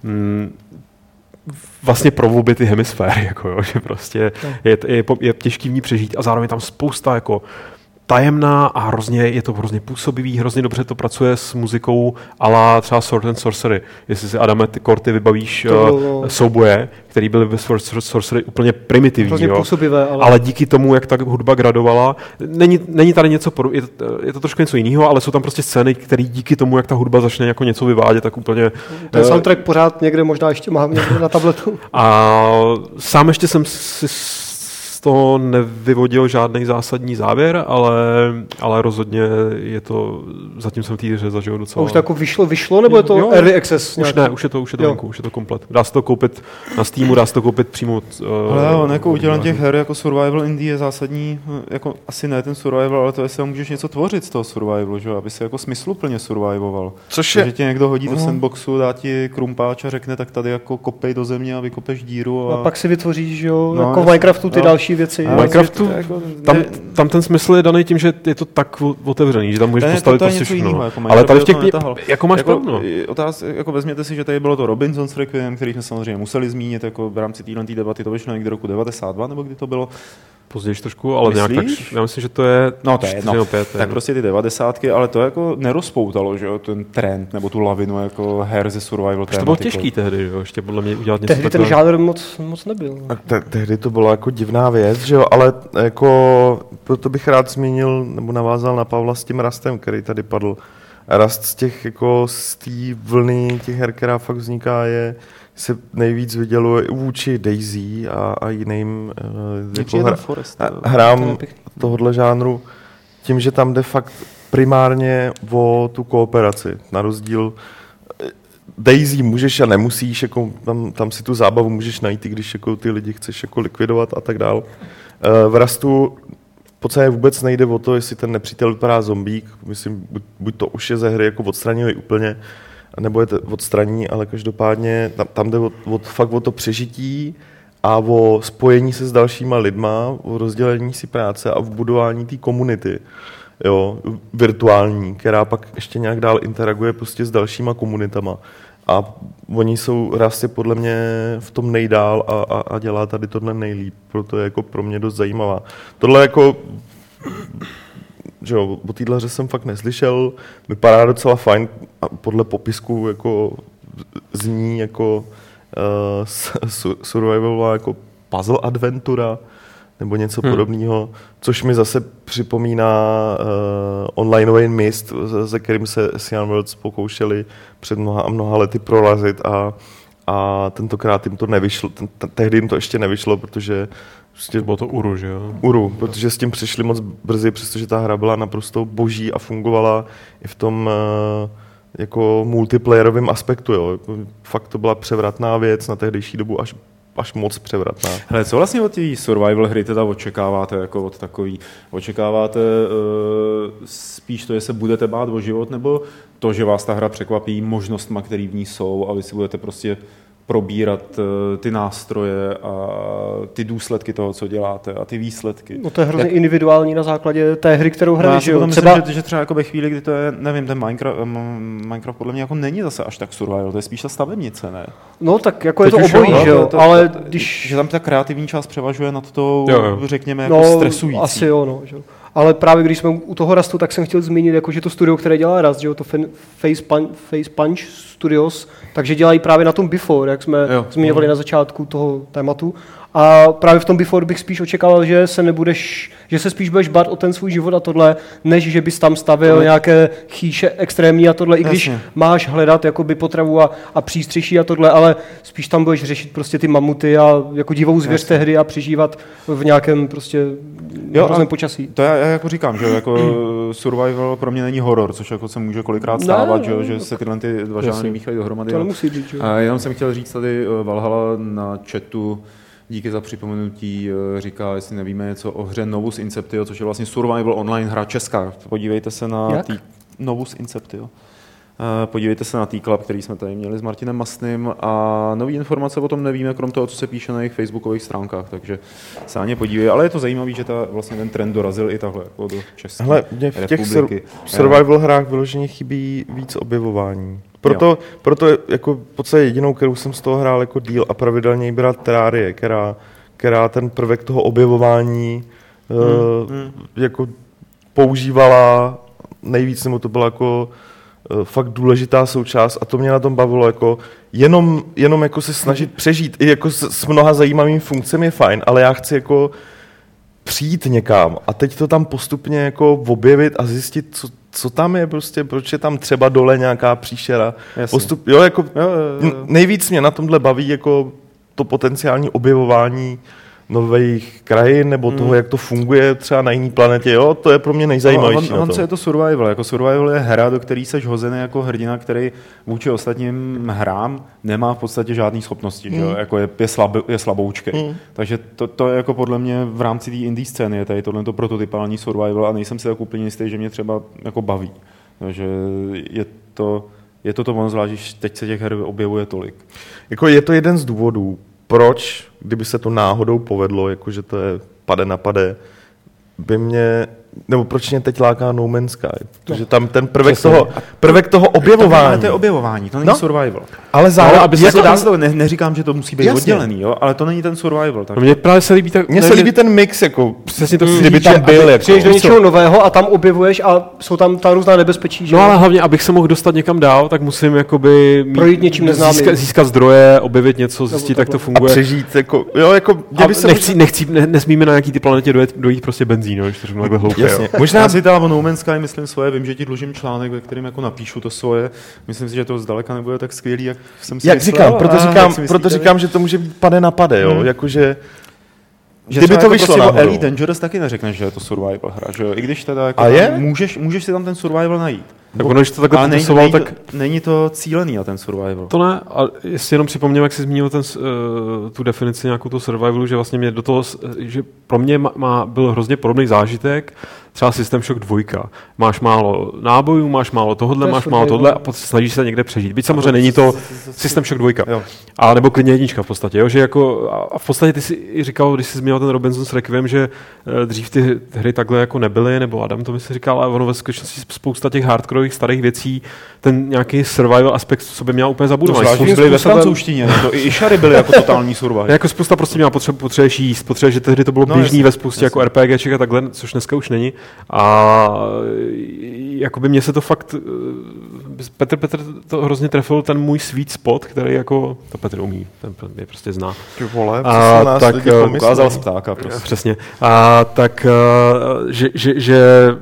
vlastně pro obě ty hemisféry, jako jo, že prostě je těžký v ní přežít a zároveň tam spousta jako tajemná a je to hrozně působivý, hrozně dobře to pracuje s muzikou a la třeba Sword and Sorcery. Jestli si, Adame, ty vybavíš souboje, který byly ve Sword and Sorcery úplně primitivní. Hrozně působivé, ale díky tomu, jak ta hudba gradovala, není tady něco, je to trošku něco jiného, ale jsou tam prostě scény, které díky tomu, jak ta hudba začne jako něco vyvádět, tak úplně... Ten soundtrack pořád někde možná ještě mám někde na tabletu. A sám ještě jsem si toho nevyvodil žádný zásadní závěr, ale rozhodně je to, zatím jsem v té hře zažil docela... A už to jako vyšlo, nebo je to early access? Už ne, už je to venku, už je to komplet. Dá se to koupit na Steamu, dá se to koupit přímo... Ale on jako udělání těch her jako survival indie je zásadní, jako asi ne ten survival, ale to jestli můžeš něco tvořit z toho survivalu, že? Aby si jako smysluplně survivaloval. Což je... Takže tě někdo hodí do sandboxu, dá ti krumpáč a řekne, tak tady jako kopej do země a vykopeš díru. A pak si vytvoříš, jo, jako v Minecraftu ty další věci. V Minecraftu, tam ten smysl je daný tím, že je to tak otevřený, že tam můžeš postavit prostě všechno. Jako ale tady v těch jako máš pravdu. Jako vezměte si, že tady bylo to Robinson's Requiem, který jsme samozřejmě museli zmínit jako v rámci téhle debaty, to vyšlo někdy roku 92, nebo kdy to bylo? Později trošku, ale nějak tak, já myslím, že to je 5. Tak prostě ty 90, ale to jako nerozpoutalo, že jo, ten trend, nebo tu lavinu jako her ze survival tématikou. To bylo těžký tehdy, jo, ještě podle mě udělat něco tehdy ten žánr moc nebyl. Tehdy to byla jako divná věc, že jo, ale jako proto bych rád zmínil, nebo navázal na Pavla s tím Rustem, který tady padl. Rust z těch, jako z té vlny těch her, která fakt vzniká, se nejvíc vyděluje vůči Daisy a jiným jako hrám tohohle žánru, tím, že tam jde fakt primárně o tu kooperaci. Na rozdíl Daisy můžeš a nemusíš, jako tam si tu zábavu můžeš najít, i když jako ty lidi chceš jako likvidovat a tak dál. V Rustu v podstatě vůbec nejde o to, jestli ten nepřítel vypadá zombík, myslím, buď to už je ze hry jako odstranili úplně, nebo je to odstraní, ale každopádně tam jde fakt o to přežití a o spojení se s dalšíma lidma, o rozdělení si práce a v budování té komunity, jo, virtuální, která pak ještě nějak dál interaguje prostě s dalšíma komunitama. A oni jsou rasy podle mě v tom nejdál a dělá tady tohle nejlíp, proto je jako pro mě dost zajímavá. Tohle jako, že jo, o téhle hře jsem fakt neslyšel, vypadá docela fajn a podle popisku jako zní jako survivalová jako puzzle adventura nebo něco podobného, což mi zase připomíná onlineový Myst, se kterým se Cyan Worlds pokoušeli před mnoha lety prorazit a tentokrát jim to nevyšlo, tehdy jim to ještě nevyšlo, protože prostě bylo to Uru, že jo? Uru, protože s tím přišli moc brzy, přestože ta hra byla naprosto boží a fungovala i v tom jako multiplayerovém aspektu, jo. Fakt to byla převratná věc na tehdejší dobu, až moc převratná. Hele, co vlastně od té survival hry teda očekáváte jako od takový? Očekáváte spíš to, že se budete bát o život, nebo to, že vás ta hra překvapí možnostma, které v ní jsou a vy si budete prostě probírat ty nástroje a ty důsledky toho, co děláte a ty výsledky. No to je hrozně individuální na základě té hry, kterou hraješ. Já si myslím, že třeba jako ve chvíli, kdy to je, nevím, ten Minecraft podle mě jako není zase až tak survival, to je spíš ta stavebnice, ne? No tak jako je to obojí, že jo, ale když... Že tam ta kreativní část převažuje nad tou, řekněme, jako stresující. Asi jo, no, že jo. Ale právě když jsme u toho Rustu, tak jsem chtěl zmínit, jako, že to studio, které dělá Rust, že jo, to Face Punch Studios, takže dělají právě na tom Before, jak jsme zmiňovali na začátku toho tématu. A právě v tom Before bych spíš očekával, že se spíš budeš bát o ten svůj život a tohle, než že bys tam stavil nějaké chýše extrémní a tohle, i když máš hledat jakoby potravu a přístřeší a tohle, ale spíš tam budeš řešit prostě ty mamuty a jako divou zvěř tehdy a přežívat v nějakém prostě hrozném počasí. To já jako říkám, že jako survival pro mě není horor, což jako se může kolikrát stávat, že se tyhle ty dva žánry míchají dohromady. To nemusí být, že? Jenom jsem chtěl říct tady Valhalla na chatu, díky za připomenutí, říká, jestli nevíme něco o hře Novus Inceptio, což je vlastně survival online hra česká. Podívejte se na Novus Inceptio. Podívejte se na T-Club, který jsme tady měli s Martinem Mastným a nový informace o tom nevíme, krom toho, co se píše na jejich facebookových stránkách, takže se na ně podívej. Ale je to zajímavé, že vlastně ten trend dorazil i tahle jako do České republiky. V těch survival hrách vyloženě chybí víc objevování. Proto jako v podstatě jedinou, kterou jsem z toho hrál jako díl a pravidelně byla Terrarie, která ten prvek toho objevování jako používala nejvíc, nebo to byla jako fakt důležitá součást a to mě na tom bavilo, jako jenom jako se snažit přežít, i jako s mnoha zajímavými funkcemi je fajn, ale já chci jako přijít někam a teď to tam postupně jako objevit a zjistit, co tam je prostě, proč je tam třeba dole nějaká příšera. Nejvíc mě na tomhle baví jako to potenciální objevování nových krajin, nebo toho, jak to funguje třeba na jiný planetě, to je pro mě nejzajímavější. Co je to survival? Jako survival je hra, do které seš hozený jako hrdina, který vůči ostatním hrám nemá v podstatě žádný schopnosti, že? Jako je slaboučkej. Takže to je jako podle mě v rámci té indie scény je tady tohleto prototypální survival a nejsem si tak úplně jistý, že mě třeba jako baví. Takže je to ono zvlášť, když teď se těch her objevuje tolik. Jako je to jeden z důvodů, proč, kdyby se to náhodou povedlo, jakože to je pade na pade, nebo proč mě teď láká No Man's Sky? Protože tam ten prvek toho objevování. To je objevování, to není survival. Ale zároveň, neříkám, že to musí být oddělený, ale to není ten survival. Tak. Mně právě se líbí ten mix, jako přesně to, kdyby tam byl. Přijdeš do něčeho nového a tam objevuješ a jsou tam ta různá nebezpečí. No ale hlavně, abych se mohl dostat někam dál, tak musím jakoby projít něčím neznámým. Získat zdroje, objevit něco, zjistit, jak to funguje. A přežít, jako, nesmíme na nějaký ty planetě dojít prostě benzín, když to řeknu takhle hloupě. Možná já si dám No Man's Sky, myslím svoje, vím, že ti dlužím článek, ve kterém jako napíšu to svoje. Myslím si, že to zdaleka nebude tak skvělý, jak jsem si myslel. Proto říkám, že to může být pade na pade, jo, jakože kdyby to vyšlo na Elite Dangerous, taky neřekneš, že je to survival hra, že jo? I když teda jako můžeš si tam ten survival najít. Tak ono, když to takhle popisoval, tak není to cílený na ten survival. To ne, a jestli jenom připomněl, jak jsi zmínil tu definici nějakou toho survivalu, že vlastně mě do toho, že pro mě byl hrozně podobný zážitek, třeba System Shock 2. Máš málo nábojů, máš málo tohodle, máš málo tohle a snažíš se někde přežít. Byť samozřejmě není to System Shock 2. A nebo klidně jednička v podstatě. Jo? Že jako, a v podstatě ty si říkal, když jsi zmínil ten Robinson's Requiem, že dřív ty hry takhle jako nebyly, nebo Adam to mi si říkal, ale ono ve skutečnosti spousta těch hardcoreových starých věcí, ten nějaký survival aspekt v sobě měl úplně zabudovaný. To byly ve francouzštině, to i šary byly jako totální survival. Jako spousta prostě měla potřebuješ jíst, potřebuješ, že tehdy to bylo běžný ve spoustě jako RPGček a takhle, což dneska už není. A jakoby mě se to fakt Petr to hrozně trefil ten můj sweet spot, který jako to Petr umí, ten mě prostě zná. Ty vole, tak ukázal z ptáka prostě. Přesně. A tak že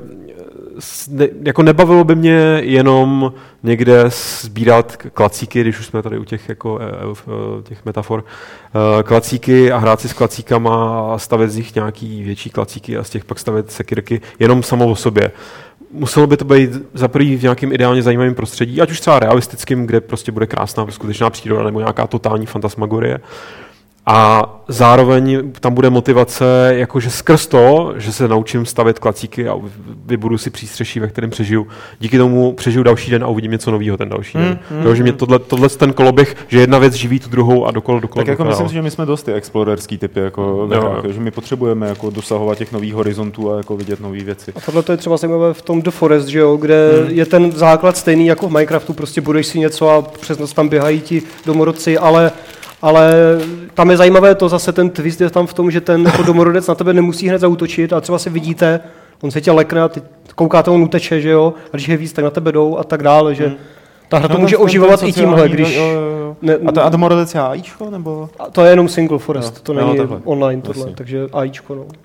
jako nebavilo by mě jenom někde sbírat klacíky, když už jsme tady u těch, jako, těch metafor, klacíky a hrát si s klacíkama a stavět z nich nějaký větší klacíky a z těch pak stavět sekirky jenom samo o sobě. Muselo by to být za prvý v nějakým ideálně zajímavým prostředí, ať už třeba realistickým, kde prostě bude krásná skutečná příroda nebo nějaká totální fantasmagorie. A zároveň tam bude motivace, jakože skrz to, že se naučím stavět klacíky a vybudu si přístřeší, ve kterém přežiju. Díky tomu přežiju další den a uvidím něco nového ten další den. Takže mě tohle ten koloběh, že jedna věc živí tu druhou a dokola. Tak jako myslím si, že my jsme dost explorerský typy, jako že my potřebujeme jako dosahovat těch nových horizontů a jako vidět nové věci. A tohle to je třeba zajímavé v tom The Forest, že jo, kde je ten základ stejný jako v Minecraftu, prostě budeš si něco a přes noc tam běhají ti domorodci, ale tam je zajímavé to zase ten twist je tam v tom, že ten jako domorodec na tebe nemusí hned zaútočit a třeba si vidíte, on se tě lekne a ty koukáte, on uteče, že jo, a když je víc, tak na tebe jdou a tak dále, že Ta hra to může oživovat i tímhle, když... Ne, a to Morodec je AIčko, nebo? To je jenom single forest, to není takhle. online tohle, takže AIčko, no.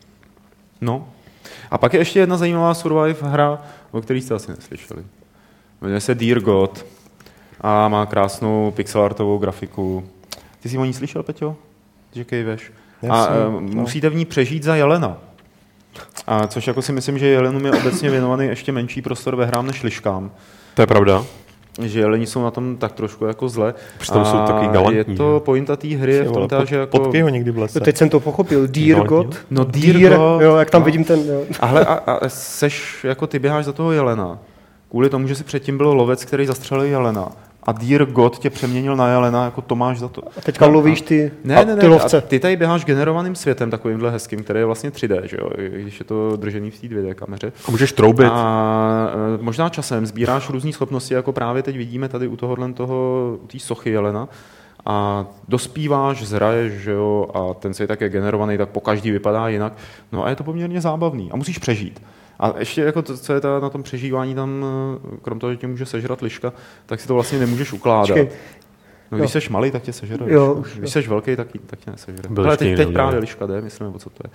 No. A pak je ještě jedna zajímavá survive hra, o které jste asi neslyšeli. Jmenuje se Dear God a má krásnou pixelartovou grafiku. Ty jsi o ní slyšel, Peťo? Že kejveš? A musíte v ní přežít za jelena. A což jako si myslím, že jelenům je obecně věnovaný ještě menší prostor ve hrám než liškám. To je pravda. Že jeleni jsou na tom tak trošku jako zle. Přitom jsou taky galantní. Je to pointa té hry, je v tom že jako... Potkej ho někdy v lese. Teď jsem to pochopil, Dear God. No Dear God. Jo, jak tam vidím ten... Jo. A seš, jako ty běháš za toho jelena. Kvůli tomu, že si předtím byl lovec, který zastřelil jelena. A Dear God tě přeměnil na jelena, jako to máš za to. A teďka lovíš ty lovce. A ty tady běháš generovaným světem takovýmhle hezkým, který je vlastně 3D, že jo? Když je to držený v té 2D kameře. A můžeš troubit. A možná časem sbíráš různé schopnosti, jako právě teď vidíme tady u té sochy jelena. A dospíváš, zraješ, že jo? A ten svět tak je generovaný, tak po každý vypadá jinak. No a je to poměrně zábavný. A musíš přežít. A ještě jako to, co je na tom přežívání tam, krom toho, že tě může sežrat liška, tak si to vlastně nemůžeš ukládat. No, když seš malý, tak tě sežere. Když seš velký, tak tě nesežere. Ale teď právě liška jde, myslím, nebo co to je.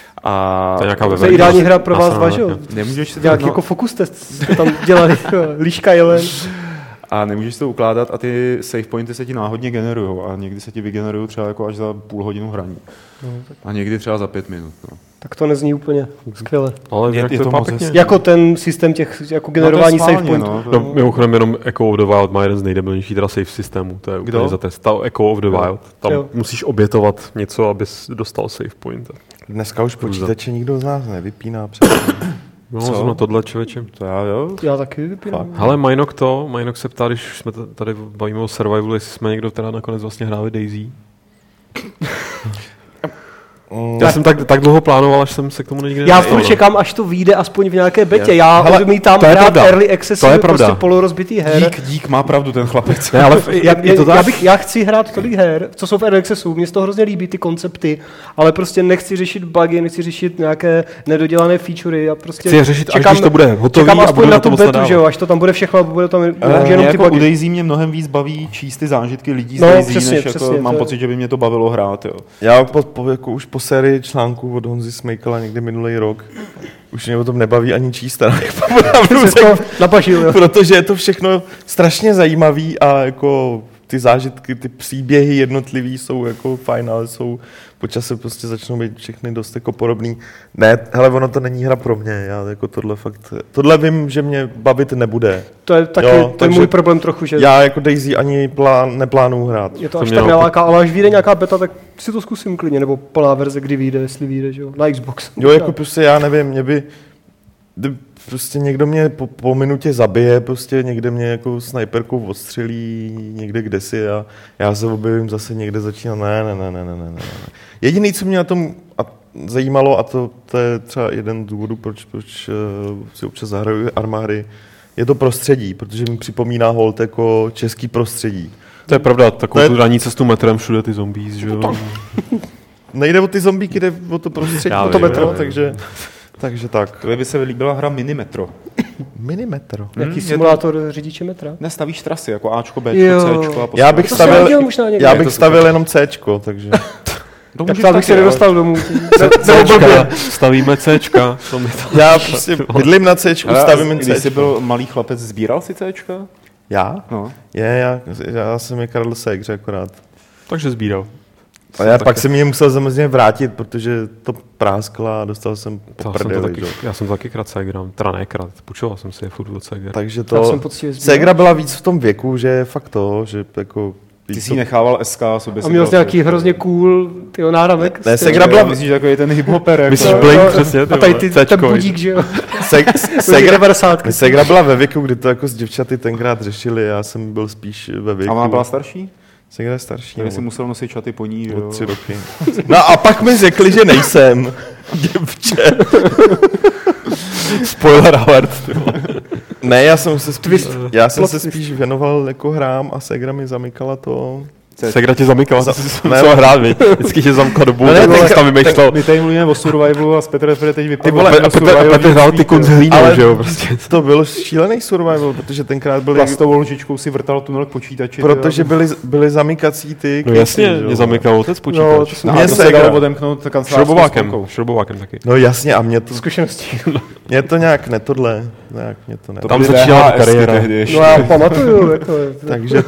A to je nějaká to je ideální hra pro vás dva, že jo? Nemůžeš si nějaký jako fokus test jste tam dělali, liška, jelen. A nemůžeš si to ukládat a ty save pointy se ti náhodně generují a někdy se ti vygenerují třeba jako až za půl hodinu hraní. A někdy třeba za 5 minut. No. Tak to nezní úplně skvěle. Ale je to pěkně. Jako ten systém těch jako generování save pointů. No, mimochodem jenom Echo of the Wild má jeden z nejdebilnějších teda save systémů. To je úplně za test. Echo of the Wild. Tam musíš obětovat něco, abys dostal save point. Dneska už počítače nikdo z nás nevypíná. No, zrovna tohle, člověče. To jo. Já taky vypínám. Hele, Majnok se ptá, když jsme tady bavíme o survivalu, jestli jsme někdo teda nakonec vlastně hráli DayZ. Já jsem tak dlouho plánoval, až jsem se k tomu nikdy nedostal. Já furt čekám, až to vyjde aspoň v nějaké betě. Já odmítám hrát early accessy, prostě polorozbitý her. Dík, má pravdu ten chlapec. Ne, ale já chci hrát tolik her, co jsou v early accessu, mně z toho hrozně líbí ty koncepty, ale prostě nechci řešit bugy, nechci řešit nějaké nedodělané featurey. Prostě chci řešit, až když to bude hotový čekám aspoň na tu betu, že jo, až to tam bude všechno, bude tam jenom ty bugy. U DayZ mě mnohem víc baví číst ty zážitky lidí z DayZ, než mám pocit, že by mě to bavilo hrát. Já už po sérii článků od Honzy Smejkala někdy minulý rok už mě o tom nebaví ani číst, protože je to všechno strašně zajímavý a jako ty zážitky, ty příběhy jednotlivý jsou jako fajn, ale jsou po čase prostě začnou být všechny dost jako podobný. Ne, hele, ono to není hra pro mě, já jako tohle vím, že mě bavit nebude. To je taky, to je můj problém trochu, že... Já jako DayZ ani neplánuju hrát. Je to až tak neláká, ale až vyjde nějaká beta, tak si to zkusím klidně, nebo plná verze, kdy vyjde, jestli vyjde, že jo, na Xbox. Jo, jako prostě já nevím, mě by... Prostě někdo mě po minutě zabije, prostě někde mě jako snajperkou odstřelí někde kdesi a já se objevím zase někde začínám, ne. Jediný, co mě na tom zajímalo, a to je třeba jeden z důvodů, proč si občas zahraju armády, je to prostředí, protože mi připomíná holt jako český prostředí. To je pravda, takovou tu raní cestu metrem, všude ty zombies, že jo? Nejde o ty zombíky, jde o to prostředí, o to metro, takže tak. To by se líbila hra Minimetro. Minimetro? Jaký simulátor řidiče metra? Nestavíš trasy, jako Ačko, Bčko, Cčko a Já bych stavil jenom Cčko, takže... Tak bych se nedostal domů. Stavíme Cčka. Já prostě bydlím na Cčku, stavím jen Cčko. Když jsi byl malý chlapec, sbíral si Cčka? Já? No. Já jsem je Karel Segře akorát. Takže sbíral. A já pak jsem je musel samozřejmě vrátit, protože to práskla a dostal jsem po prdeli. Já jsem taky krát Segram, teda nekrát, půjčoval jsem si je furt od Segra. Takže to, Segra byla víc v tom věku, že fakt to, že jako... Ty jsi nechával SK sobě. A měl jsi nějaký hrozně cool náramek. Ne, Segra byla... Myslíš, takový ten hip-hopper. Myslíš Blink, přesně. A tady ten budík, že jo. Segra byla ve věku, kdy to jako s děvčaty tenkrát řešili, já jsem byl spíš ve věku. A ona byla starší? Segra je starší. Takže jsi musel nosit čaty po ní, jo. 3 roky. No a pak mi řekli, že nejsem děvče. Spoiler alert. Ne, já jsem se spíš věnoval jako hrám a Segra mi zamykala to Segra tě zamykala, ne, musel hrát, viď? Vždycky tě zamkla do bůh, tak tam vymýšlel. My tady mluvíme o survivalu a s Petrem teď vypadl. A Petr hrál ty kun s hlínou, že jo, prostě. To byl šílený survival, protože tenkrát byly... Plastovou lžičkou si vrtal tunel k počítači. Protože byly zamykací ty... No jasně, mě zamykal otec počítač. No, mě se dalo odemknout kancelářskou Šrobovákem taky. No jasně, a mě to... Zkušeností. Mě to nějak netohle. Tam začínala kariéra. No já pamatuju, jako... Takže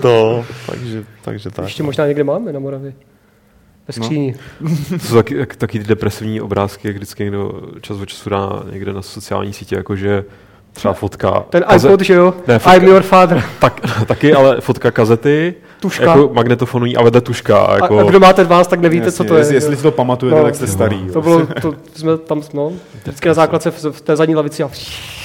tak. Ještě možná někde máme na Moravě. Ve skříni. To jsou taky ty depresivní obrázky, jak vždycky někdo čas od času dá někde na sociální sítě, jakože třeba fotka... Ten iPod, že jo? Ne, fotka, I'm your father. Taky, ale fotka kazety, tuška. Jako magnetofonový a vedle tuška. Jako... A kdo máte vás, tak nevíte, jasně, co to je. Jestli si to pamatujete, tak jste starý. To bylo, jsme tam, vždycky na základce v té zadní lavici a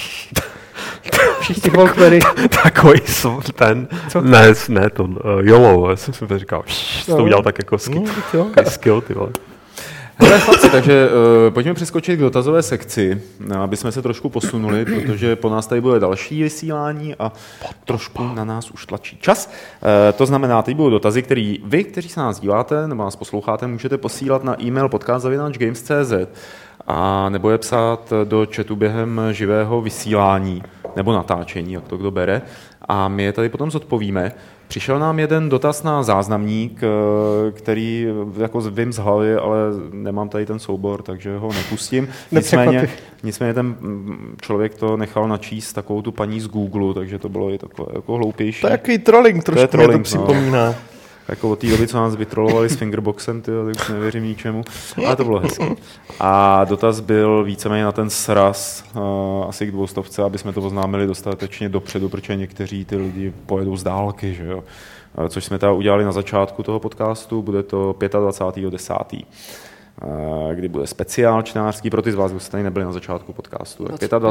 všichni Walkmany. Takový ten, co? Ne, to YOLO, já jsem si říkal, to udělal tak jako skill, ty vole. Hele, chlapci, takže pojďme přeskočit k dotazové sekci, aby jsme se trošku posunuli, protože po nás tady bude další vysílání a trošku na nás už tlačí čas. To znamená, teď budou dotazy, které vy, kteří se nás díváte nebo nás posloucháte, můžete posílat na e-mail podcast@games.cz a nebo je psát do chatu během živého vysílání nebo natáčení, jak to kdo bere, a my je tady potom zodpovíme. Přišel nám jeden dotaz na záznamník, který jako vím z hlavy, ale nemám tady ten soubor, takže ho nepustím. Nicméně ten člověk to nechal načíst takovou tu paní z Google, takže to bylo i takové jako hloupější. To je takový trolling, trošku mě to připomíná. No. Jako od té doby, co nás vytrolovali s fingerboxem, tak už nevěřím ničemu, ale to bylo hezké. A dotaz byl víceméně na ten sraz, asi k 200, aby jsme to oznámili dostatečně dopředu, protože někteří ty lidi pojedou z dálky, že jo? Což jsme teda udělali na začátku toho podcastu, bude to 25.10., kdy bude speciál čtenářský pro ty z vás, kdo jste tady nebyli na začátku podcastu.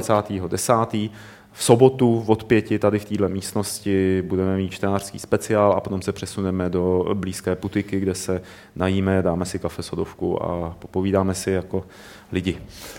25.10. v sobotu od 5 tady v této místnosti budeme mít čtenářský speciál a potom se přesuneme do blízké putiky, kde se najíme, dáme si kafe, sodovku a popovídáme si jako lidi.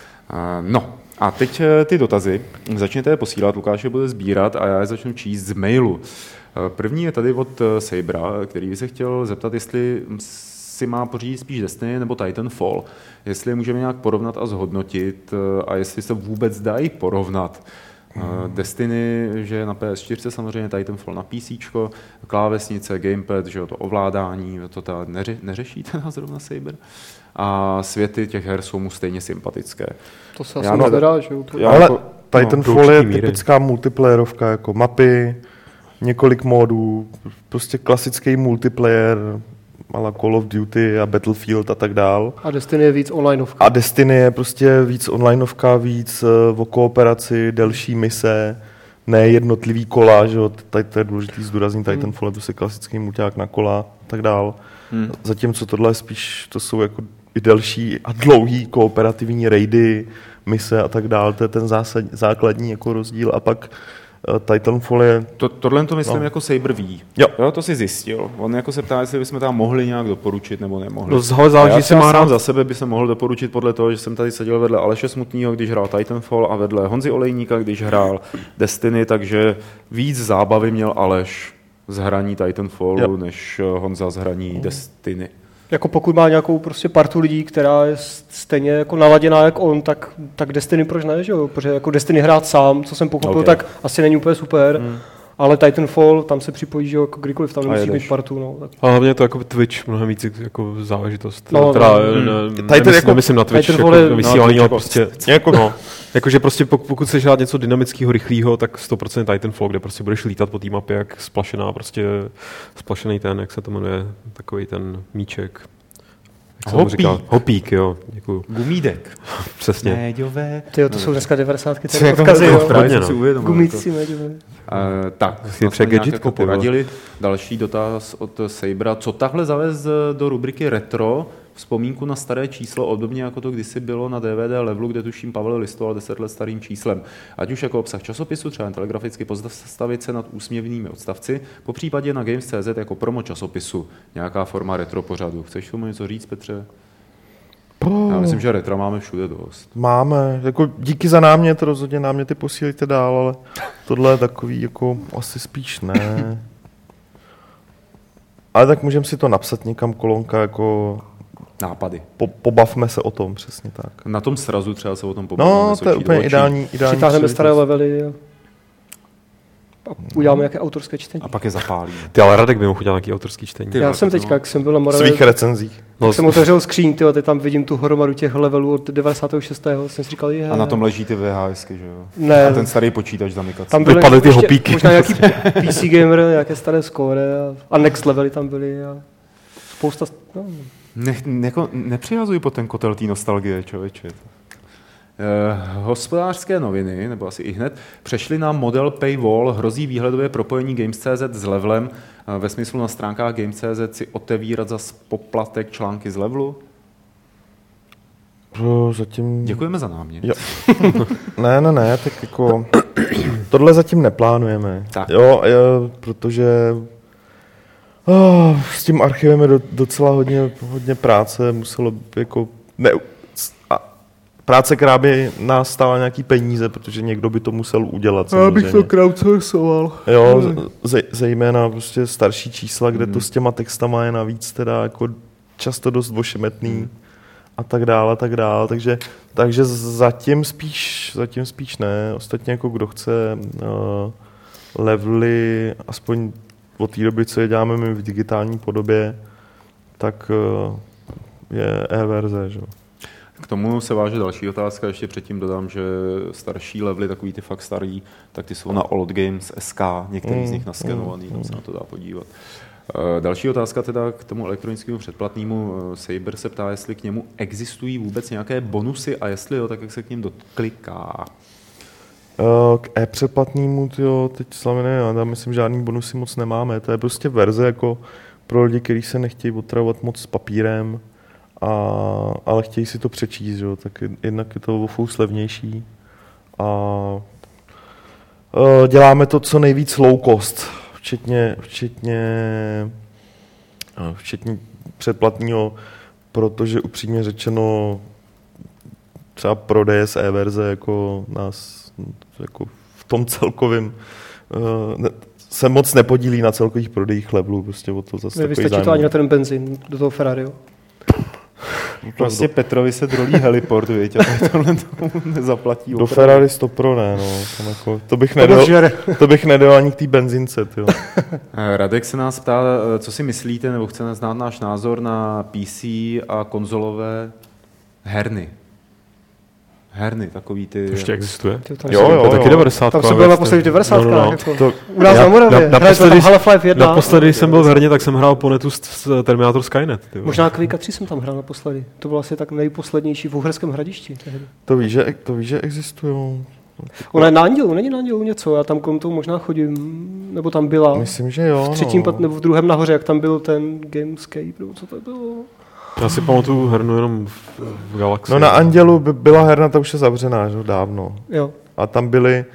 No a teď ty dotazy. Začněte je posílat, Lukáš je bude sbírat a já je začnu číst z mailu. První je tady od Sabra, který by se chtěl zeptat, jestli si má pořídit spíš Destiny nebo Titanfall, jestli je můžeme nějak porovnat a zhodnotit a jestli se vůbec dají porovnat. Destiny, že je na PS4 samozřejmě, Titanfall na PC, klávesnice, gamepad, že jo, to ovládání, to neřeší teda zrovna Saber. A světy těch her jsou mu stejně sympatické. To se asi nedá, že jo. Ale jako, Titanfall je typická multiplayerovka, jako mapy, několik módů, prostě klasický multiplayer, ale Call of Duty a Battlefield a tak dál. A Destiny je víc onlineovka. A Destiny je prostě víc onlineovka, víc o kooperaci, delší mise, ne jednotlivý kola, že jo, tady to je důležitý zdůraznit, Titanfall je prostě klasický mulťák na kola a tak dál. Zatímco tohle je spíš, to jsou jako i delší a dlouhý kooperativní raidy, mise a tak dál, to je ten základní jako rozdíl a pak Titanfall je... Tohle to myslím jako Saber ví. Jo, to si zjistil. On jako se ptá, jestli bychom tam mohli nějak doporučit nebo nemohli. No záleží, si má hrát za sebe, by se mohl doporučit podle toho, že jsem tady seděl vedle Aleše Smutnýho, když hrál Titanfall a vedle Honzy Olejníka, když hrál Destiny, takže víc zábavy měl Aleš z hraní Titanfallu, než Honza z hraní Destiny. Jako pokud má nějakou prostě partu lidí, která je stejně jako naladěná jak on, tak Destiny proč ne, že jo? Protože jako Destiny hrát sám, co jsem pochopil, tak asi není úplně super. Ale Titanfall, tam se připojí, že jako kdykoliv tam nemusí mít partu. No, tak. A hlavně to jako Twitch mnohem víc jako záležitost. No, nemyslím na Twitch Titanfall jako vysílání, ale prostě jakože prostě pokud chceš hrát něco dynamického, rychlého, tak 100% Titanfall, kde prostě budeš lítat po té mapě jak splašený ten, jak se to jmenuje, takový ten míček. Hopík, jo. Děkuju. Gumídek. Přesně. Méďové. Tyjo, to jsou dneska 90ky, tady odkazy, jo. Gumíci méďové. Tak, jsme poradili. Další dotaz od Sabra. Co tahle zavez do rubriky Retro? Vzpomínku na staré číslo, obdobně jako to kdysi bylo na DVD Levelu, kde tuším Pavel listoval 10 let starým číslem. Ať už jako obsah časopisu, třeba telegraficky pozastavit se nad úsměvnými odstavci, popřípadě na Games.cz jako promo časopisu, nějaká forma retro pořadu. Chceš tomu něco říct, Petře? Já myslím, že retro máme všude dost. Máme, jako díky za námět, rozhodně náměty posílíte dál, ale tohle je takový jako asi spíš ne. Ale tak můžeme si to napsat někam kolonka, jako nápady. Pobavme se o tom, přesně tak. Na tom srazu třeba se o tom pobavíme. No, to je úplně ideální. Přitáhneme staré levely a uděláme nějaké autorské čtení. A pak je zapálíme. Ty, ale Radek by mohl udělat nějaký autorský čtení. Já jsem teďka, jak jsem byl na Moravě, Svých recenzích. tak jsem otevřel skříň, tyjo, teď tam vidím tu hromadu těch levelů od 96. Jsem si říkal, A na tom leží ty VHSky, že jo? Ne. A ten starý počítač zamykací. Tam byly Vypadly ty hopíky. možná nějaký PC gamer, nějaké staré skóre a next levely tam byly a spousta... No. Nepřihazuj po ten kotel té nostalgie, člověče. Hospodářské noviny, nebo asi i hned, přešly na model paywall, hrozí výhledové propojení Games.cz s levelem, ve smyslu na stránkách Games.cz si otevírat za poplatek články z levelu? Zatím... Děkujeme za námět. Ne, tak jako tohle zatím neplánujeme. Tak. Jo, protože s tím archivem je docela hodně práce, muselo by jako práce, která by nás stála nějaký peníze, protože někdo by to musel udělat. Já bych to crowdsourcoval. Jo, zejména prostě starší čísla, kde to s těma textama je navíc teda jako často dost ošemetný a tak dále, takže zatím spíš ne. Ostatně jako kdo chce levely, aspoň od té doby, co je děláme my v digitální podobě, tak je e-verze, že? K tomu se váže další otázka, ještě předtím dodám, že starší levely, takový ty fakt starý, tak ty jsou na Old Games SK, některý z nich naskenovaný, tam se na to dá podívat. Další otázka teda k tomu elektronickému předplatnému. Saber se ptá, jestli k němu existují vůbec nějaké bonusy a jestli jo, tak jak se k ním dokliká. K e-předplatnému, teď slavně já myslím, žádný bonusy moc nemáme. To je prostě verze jako pro lidi, kteří se nechtějí otravovat moc s papírem, ale chtějí si to přečíst, jo? Tak jednak je to o fous levnější a děláme to co nejvíc low cost, včetně předplatného, protože upřímně řečeno třeba prodeje z e-verze jako nás jako v tom celkovém se moc nepodílí na celkových prodejích levelů, prostě o to zase takový zájem. Vystačí to ani na ten benzín do toho Ferrari. Prostě Petrovi se drolí heliport, viď, a tohle tomu nezaplatí. Do Ferrari 100 Pro ne, no. Tam jako, to bych nedal ani k té benzince, tyjo. Radek se nás ptá, co si myslíte, nebo chce znát náš názor na PC a konzolové herny. Takový ty... Ještě existuje? Jo. Taky 90. Tam jsem byl naposledy v 90. No. Jako. U nás na Moravě. Naposledy, Half-Life 1. naposledy jsem byl v herně, tak jsem hrál po netu s Terminator Skynet. Tyvo. Možná Quake 3 jsem tam hrál naposledy. To bylo asi tak nejposlednější v Uherském Hradišti. Tehdy. To víš, že existují. Ona je na Andělu, není na Andělu něco, já tam kolem toho možná chodím, nebo tam byla. Myslím, že jo. V třetím nebo v druhém nahoře, jak tam byl ten Gamescape, nebo co to bylo. Já si pamatuju hernu jenom v Galaxii. No na Andělu byla herna, ta už je zavřená, že dávno. Jo. A tam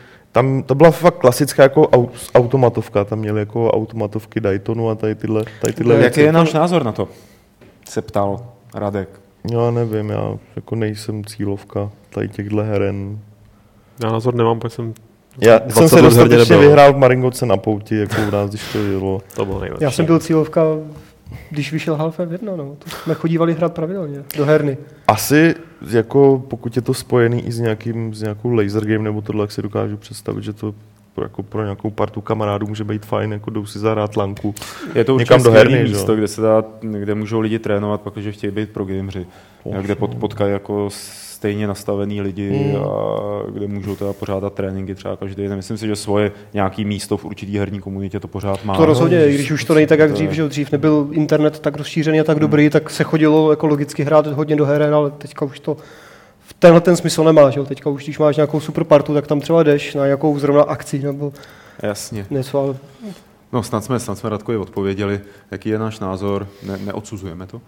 to byla fakt klasická jako automatovka, tam měli jako automatovky Daytonu a tady tyhle Jaký je náš názor na to? Se ptal Radek. Já nevím, já jako nejsem cílovka tady těchto heren. Já názor nemám, protože jsem... Já jsem se dostatečně vyhrál v Maringoce na pouti, jako u nás, když to bylo. To bylo nejlepší. Já jsem byl cílovka, když vyšel Half-Life 1, no. To jsme chodívali hrát pravidelně do herny. Asi, jako pokud je to spojený i s nějakou laser game nebo tohle, jak si dokážu představit, že to jako pro nějakou partu kamarádů může být fajn, jako jdou si zahrát lanku. Je to určitě skvělé místo, kde můžou lidi trénovat, protože chtějí být pro gameři. Kde potkají jako stejně nastavený lidi a kde můžou teda pořádat tréninky třeba každý den. Myslím si, že svoje nějaký místo v určitý herní komunitě to pořád má. To rozhodně, i když už to není tak, jak dřív, že dřív nebyl internet tak rozšířený a tak dobrý, tak se chodilo jako logicky hrát hodně do heren, ale teďka už to v tenhle ten smysl nemá, že? Teďka už, když máš nějakou super partu, tak tam třeba jdeš na nějakou zrovna akci nebo jasně. něco, ale... No snad jsme Radkovi odpověděli, jaký je náš názor, neodsuzujeme to.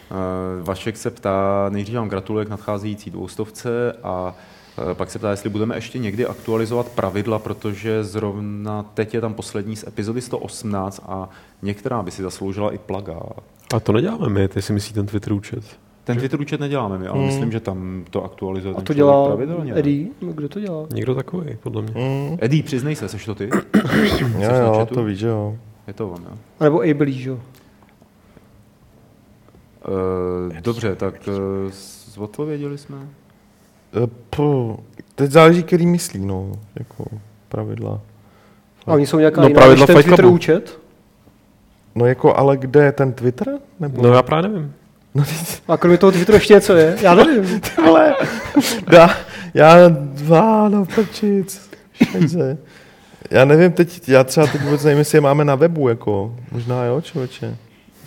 Vašek se ptá, nejdřív vám gratuluje k nadcházející 200 a pak se ptá, jestli budeme ještě někdy aktualizovat pravidla, protože zrovna teď je tam poslední z epizody 118 a některá by si zasloužila i plagát. A to neděláme my, ty si myslí ten Twitter účet. Ten Twitter účet neděláme my, ale myslím, že tam to aktualizuje. A to dělá Eddie? Kdo to dělá? Někdo takový, podle mě. Eddie, přiznej se, seš to ty? Jo, to víš, že jo. Je to on, jo. A nebo Abel, že jo? Dobře, tak odpověděli jsme. Teď záleží, který myslí, no, jako pravidla. A oni jsou nějaká No, jiná pravidla než ten Fight Twitter Clubu. účet? No jako, ale kde je ten Twitter? Nebo... No já právě nevím. A kromě toho Twitteru ještě něco je? Já nevím. Ale, no prčic, šajze. Já nevím, já třeba teď vůbec nevím, jestli je máme na webu, jako, možná jo, člověče.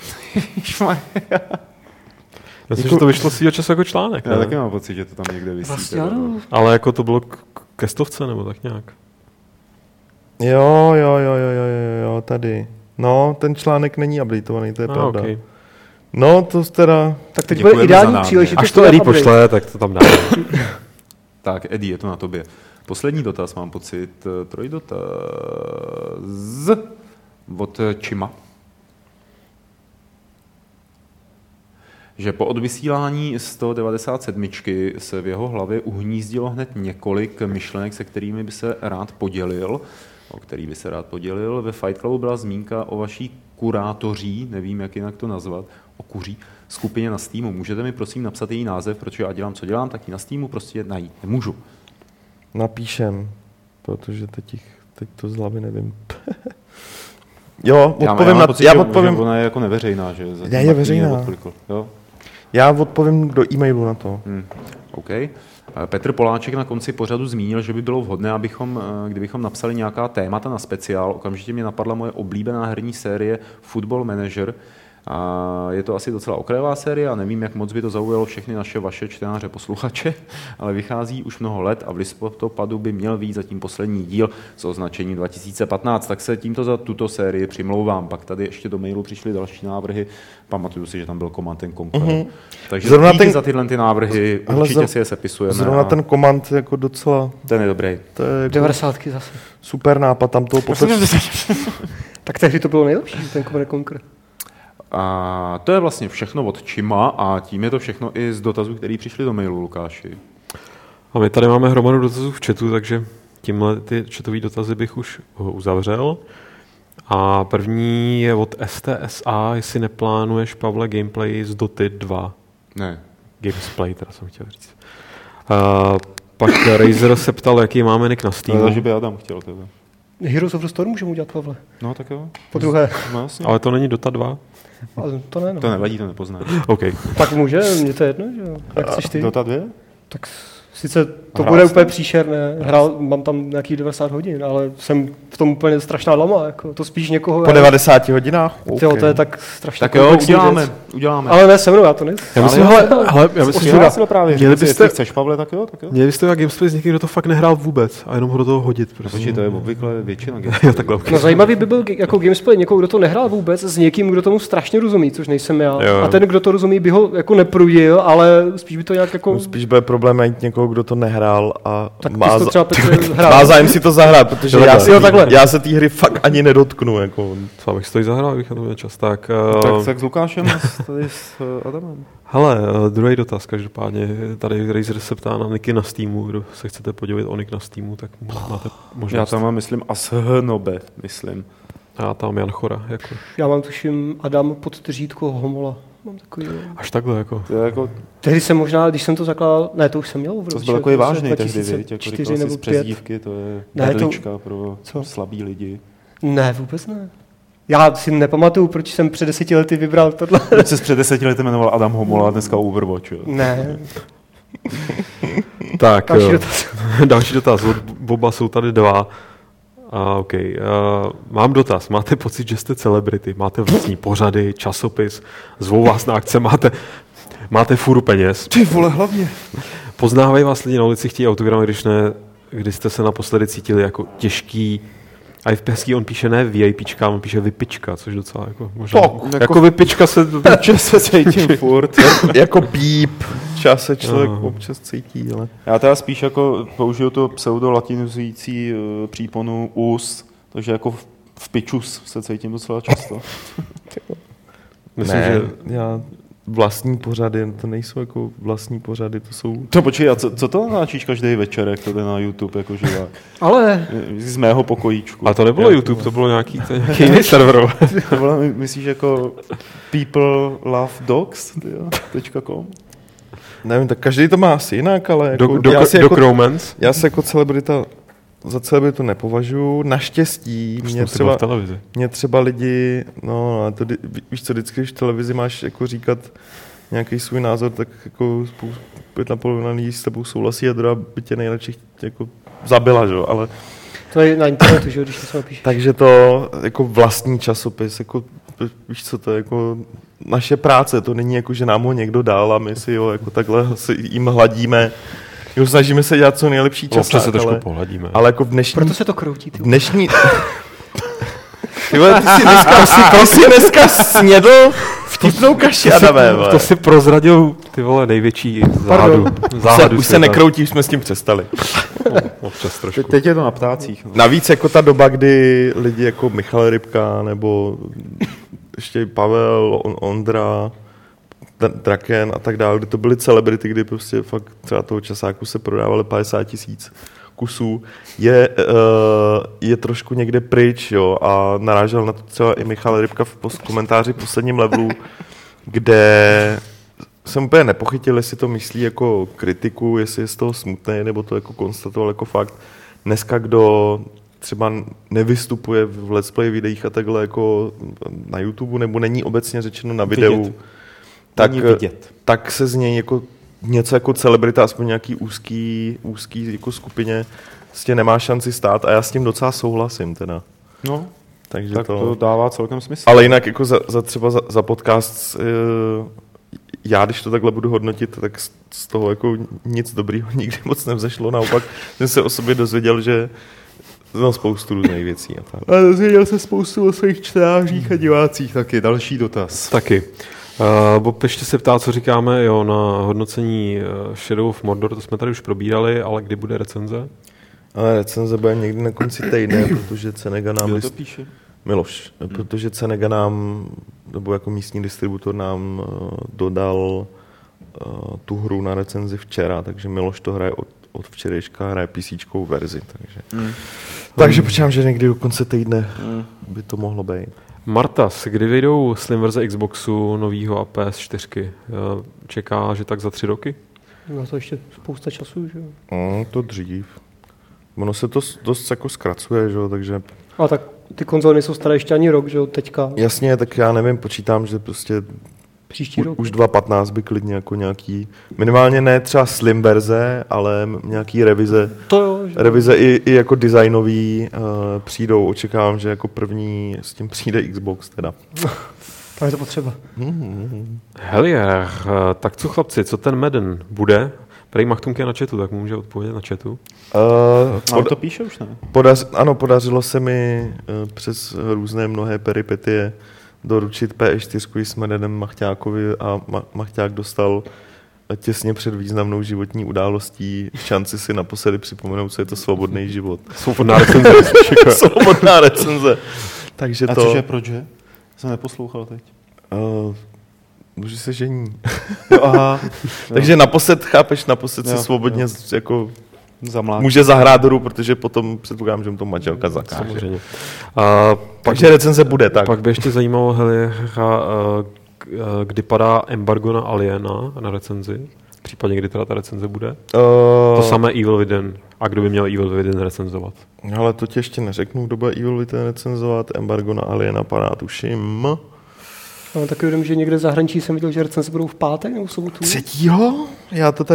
Myslím, že to vyšlo svýho času jako článek. Já taky mám pocit, že to tam někde visí. Vlastně ano. Ale jako to bylo ke 100 nebo tak nějak. Jo, tady. No, ten článek není updateovaný, to je pravda. Okay. No, to teda... Tak teď Děkujeme bude ideální za námět. příležitost. Až to Eddie pošle, tak to tam dá. Tak, Eddie, je to na tobě. Poslední dotaz, mám pocit, trojdotaz od Čima. Že po odvysílání 197 se v jeho hlavě uhnízdilo hned několik myšlenek, se kterými by se rád podělil. Ve Fight Clubu byla zmínka o vaší kurátoří, nevím, jak jinak to nazvat, o kuří skupině na Steamu. Můžete mi prosím napsat její název, protože já dělám, co dělám, tak ji na Steamu prostě najít nemůžu. Napíšem, protože teď to z hlavy nevím. Jo, odpovím na... Já odpovím... Ona je jako neveřejná, že? Je veřejná. Jo? Já odpovím do e-mailu na to. OK. Petr Poláček na konci pořadu zmínil, že by bylo vhodné, kdybychom napsali nějaká témata na speciál. Okamžitě mě napadla moje oblíbená herní série Football Manager. A je to asi docela okrajová série a nevím, jak moc by to zaujalo všechny vaše čtenáře, posluchače, ale vychází už mnoho let a v listopadu by měl vyjít zatím poslední díl s označením 2015, tak se tímto za tuto sérii přimlouvám. Pak tady ještě do mailu přišly další návrhy, pamatuju si, že tam byl Command & Conquer. Takže díky za tyhle ty návrhy, určitě si je sepisujeme. Zrovna ten Command jako docela... Ten je dobrý. To je jako 90 zase. super nápad, tam toho potom... Tak tehdy to bylo nejlepší, ten Command & Conquer. A to je vlastně všechno od Čima a tím je to všechno i z dotazů, který přišli do mailu, Lukáši. A my tady máme hromadu dotazů v chatu, takže tímhle ty chatové dotazy bych už uzavřel. A první je od STSA, jestli neplánuješ, Pavle, gameplay z Doty 2. Ne. Gamesplay, teda jsem chtěl říct. Pak Razer se ptal, jaký máme nick na Steamu. Takže by Adam chtěl tebe. Heroes of the Storm můžeme udělat, Pavle. No tak jo. Po druhé. No, jasně. Ale to není Dota 2? Ale to ne, no. To nevadí, to nepoznáš. OK. Tak může, mně to je jedno, že jo. Jak chceš ty? Dota 2? Tak sice to Hrál bude jsi úplně tam? příšerné. Mám tam nějakých 90 hodin, ale jsem v tom úplně strašná lama. Jako. To spíš někoho... Po 90 hodinách? Jo, to je tak strašně Tak jo, komplexní uděláme. Ale ne se mnou, já to nejsem. Já myslím, já myslím, že právě. Jestli chceš, Pavle, tak jo. měli byste na Gamesplay s někým, kdo to fakt nehrál vůbec a jenom ho do toho hodit. Protože to je obvykle většina Jo, takhle. No zajímavý by byl jako gamesplay někoho, kdo to nehrál vůbec, s někým, kdo tomu strašně rozumí, což nejsem já. Jo. A ten, kdo to rozumí, by ho jako neprudil, ale spíš by to nějak jako... No, spíš bude problém najít někoho, kdo to nehrál a Tak má, to třeba hrál. má zájem si to zahrát, protože takhle. já se té hry fakt ani nedotknu. Jako. Co bych si to i zahrál, bych na to měl čas. Tak Tak s Lukášem tady s Adamem. hele, druhý dotaz, každopádně. Tady Razer se ptá na niky na Steamu. Kdo se chcete podívat o nick na Steamu, tak máte možnost. Já tam mám, myslím, Ashnobe, myslím. Já tam Jan Chora. Jako. Já mám tuším Adam pod tržítko Homola. Mám takový... Až takhle, jako. To je jako, Tehdy jsem možná, když jsem to zakládal, ne, to už jsem měl v to roce byl takový vážný tehdy, 2004 jako říkal nebo jsi 5. přezdívky, to je Ne, berlička pro co? slabý lidi. Ne, vůbec ne. Já si nepamatuju, proč jsem před 10 lety vybral tohle. Proč jsi před 10 lety jmenoval Adam Homola a dneska Overwatch, jo? Ne, Tak, další dotaz. další dotaz. Od Boba jsou tady dva. Mám dotaz. Máte pocit, že jste celebrity? Máte vlastní pořady, časopis, zvou vás na akce, máte fůru peněz. Ty vole, hlavně. Poznávají vás lidi na ulici, chtějí autogramy, když jste se naposledy cítili jako těžký. A i v Pesky on píše ne VIPčka, on píše vypička, což docela jako možná. Jako vypička se cítím furt. Jako píp. Čas se člověk občas cítí, ale... Já teda spíš jako použiju to pseudolatinující příponu us, takže jako v pičus se cítím docela často. Myslím, ne, že já vlastní pořady, to nejsou jako vlastní pořady, to jsou... To počkej, a co to natáčíš každý večer, jak to jde na YouTube jako živák? Ale... Z mého pokojíčku. Ale to nebylo YouTube, to bylo nějaký jiný server. To bylo, myslíš, jako peoplelovedogs.com? Nevím, tak každý to má asi jinak, ale jako... Doc Romance? Já se jako celebrita za celebritu nepovažuji. Naštěstí mě třeba lidi, víš co, vždycky, když v televizi máš jako říkat nějaký svůj názor, tak jako 5,5 lidí s tebou souhlasí a druhá by tě nejradši jako zabila, že? Ale... To je na internetu, že když něco napíšeš. Takže to jako vlastní časopis, jako víš co, to je jako naše práce, to není jako, že nám ho někdo dal a my si jo, jako takhle jim hladíme. Jo, snažíme se dělat co nejlepší čas. Občas se trošku pohladíme. Ale jako v dnešní... Proto se to kroutí. Dnešní... Ty vole, ty si dneska snědl vtipnou kaši, Adame. To si prozradil, ty vole, největší záhadu. Už se nekroutí, jsme s tím přestali. Občas trošku. Teď je to na ptácích. No. Navíc jako ta doba, kdy lidi jako Michal Rybka nebo ještě Pavel, Ondra, Draken a tak dále, kdy to byly celebrity, kdy prostě fakt třeba toho časáku se prodávali 50 000 kusů, je trošku někde pryč, jo, a narážel na to třeba i Michal Rybka v komentáři v posledním levelu, kde jsem úplně nepochytil, jestli to myslí jako kritiku, jestli je z toho smutný, nebo to jako konstatoval jako fakt. Dneska, kdo třeba nevystupuje v let's play videích a takhle jako na YouTube, nebo není obecně řečeno na videu, tak se z něj jako něco jako celebrita, aspoň nějaký úzký jako skupině, prostě nemá šanci stát a já s tím docela souhlasím teda. No, takže tak to dává celkem smysl. Ale jinak jako třeba za podcast, já když to takhle budu hodnotit, tak z toho jako nic dobrýho nikdy moc nevzešlo, naopak jsem se o sobě dozvěděl, že spoustu různých věcí. A tak. A dozvěděl se spoustu o svých čtenářích a divácích taky. Další dotaz. Taky. Bob ještě se ptá, co říkáme na hodnocení Shadow of Mordor, to jsme tady už probírali, ale kdy bude recenze? Ale recenze bude někdy na konci týdne, protože Cenega nám... Kdo to píše? Miloš, protože Cenega nám, nebo jako místní distributor nám dodal tu hru na recenzi včera, takže Miloš to hraje od včerejška, hraje PCčkou verzi, takže počítám, že někdy do konce týdne by to mohlo být. Martas, kdy vyjdou slim verze Xboxu novýho a PS4? Čeká, že tak za 3 roky? No to ještě spousta času, že jo? To dřív. Ono se to dost jako zkracuje, že jo, takže... A tak ty konzole nejsou staré ještě ani rok, že jo, teďka. Jasně, tak já nevím, počítám, že prostě příští rok. Už 2015 by klidně jako nějaký, minimálně ne třeba slim verze, ale nějaký revize. To jo. Že... Revize i jako designový přijdou, očekávám, že jako první s tím přijde Xbox teda. To je to potřeba. Helier, tak co chlapci, co ten Madden bude? Prej Machtunk je na chatu, tak může odpovědět na chatu. Ale to píše už, ne? Ano, podařilo se mi přes různé mnohé peripetie doručit PS4 s Maddenem Machťákovi a Machťák dostal těsně před významnou životní událostí šanci si naposledy připomenout, co je to svobodný život. Svobodná recenze. Svobodná recenze. Takže a cože, proč? Jsem neposlouchal teď. Že se žení. Jo, aha. Takže naposled si svobodně jako zamlák. Může zahrát hru, protože potom předpokládám, že mu to manželka zakáže. Takže recenze bude, tak. Pak by ještě zajímalo, kdy padá embargo na Aliena na recenzi? Případně kdy teda ta recenze bude? To samé Evil Within. A kdo by měl Evil Within recenzovat? Ale to ti ještě neřeknu, kdo bude Evil Within recenzovat. Embargo na Aliena padá, tuším. Ale taky vím, že někde v zahraničí jsem viděl, že recenze budou v pátek nebo v sobotu. 3. Já to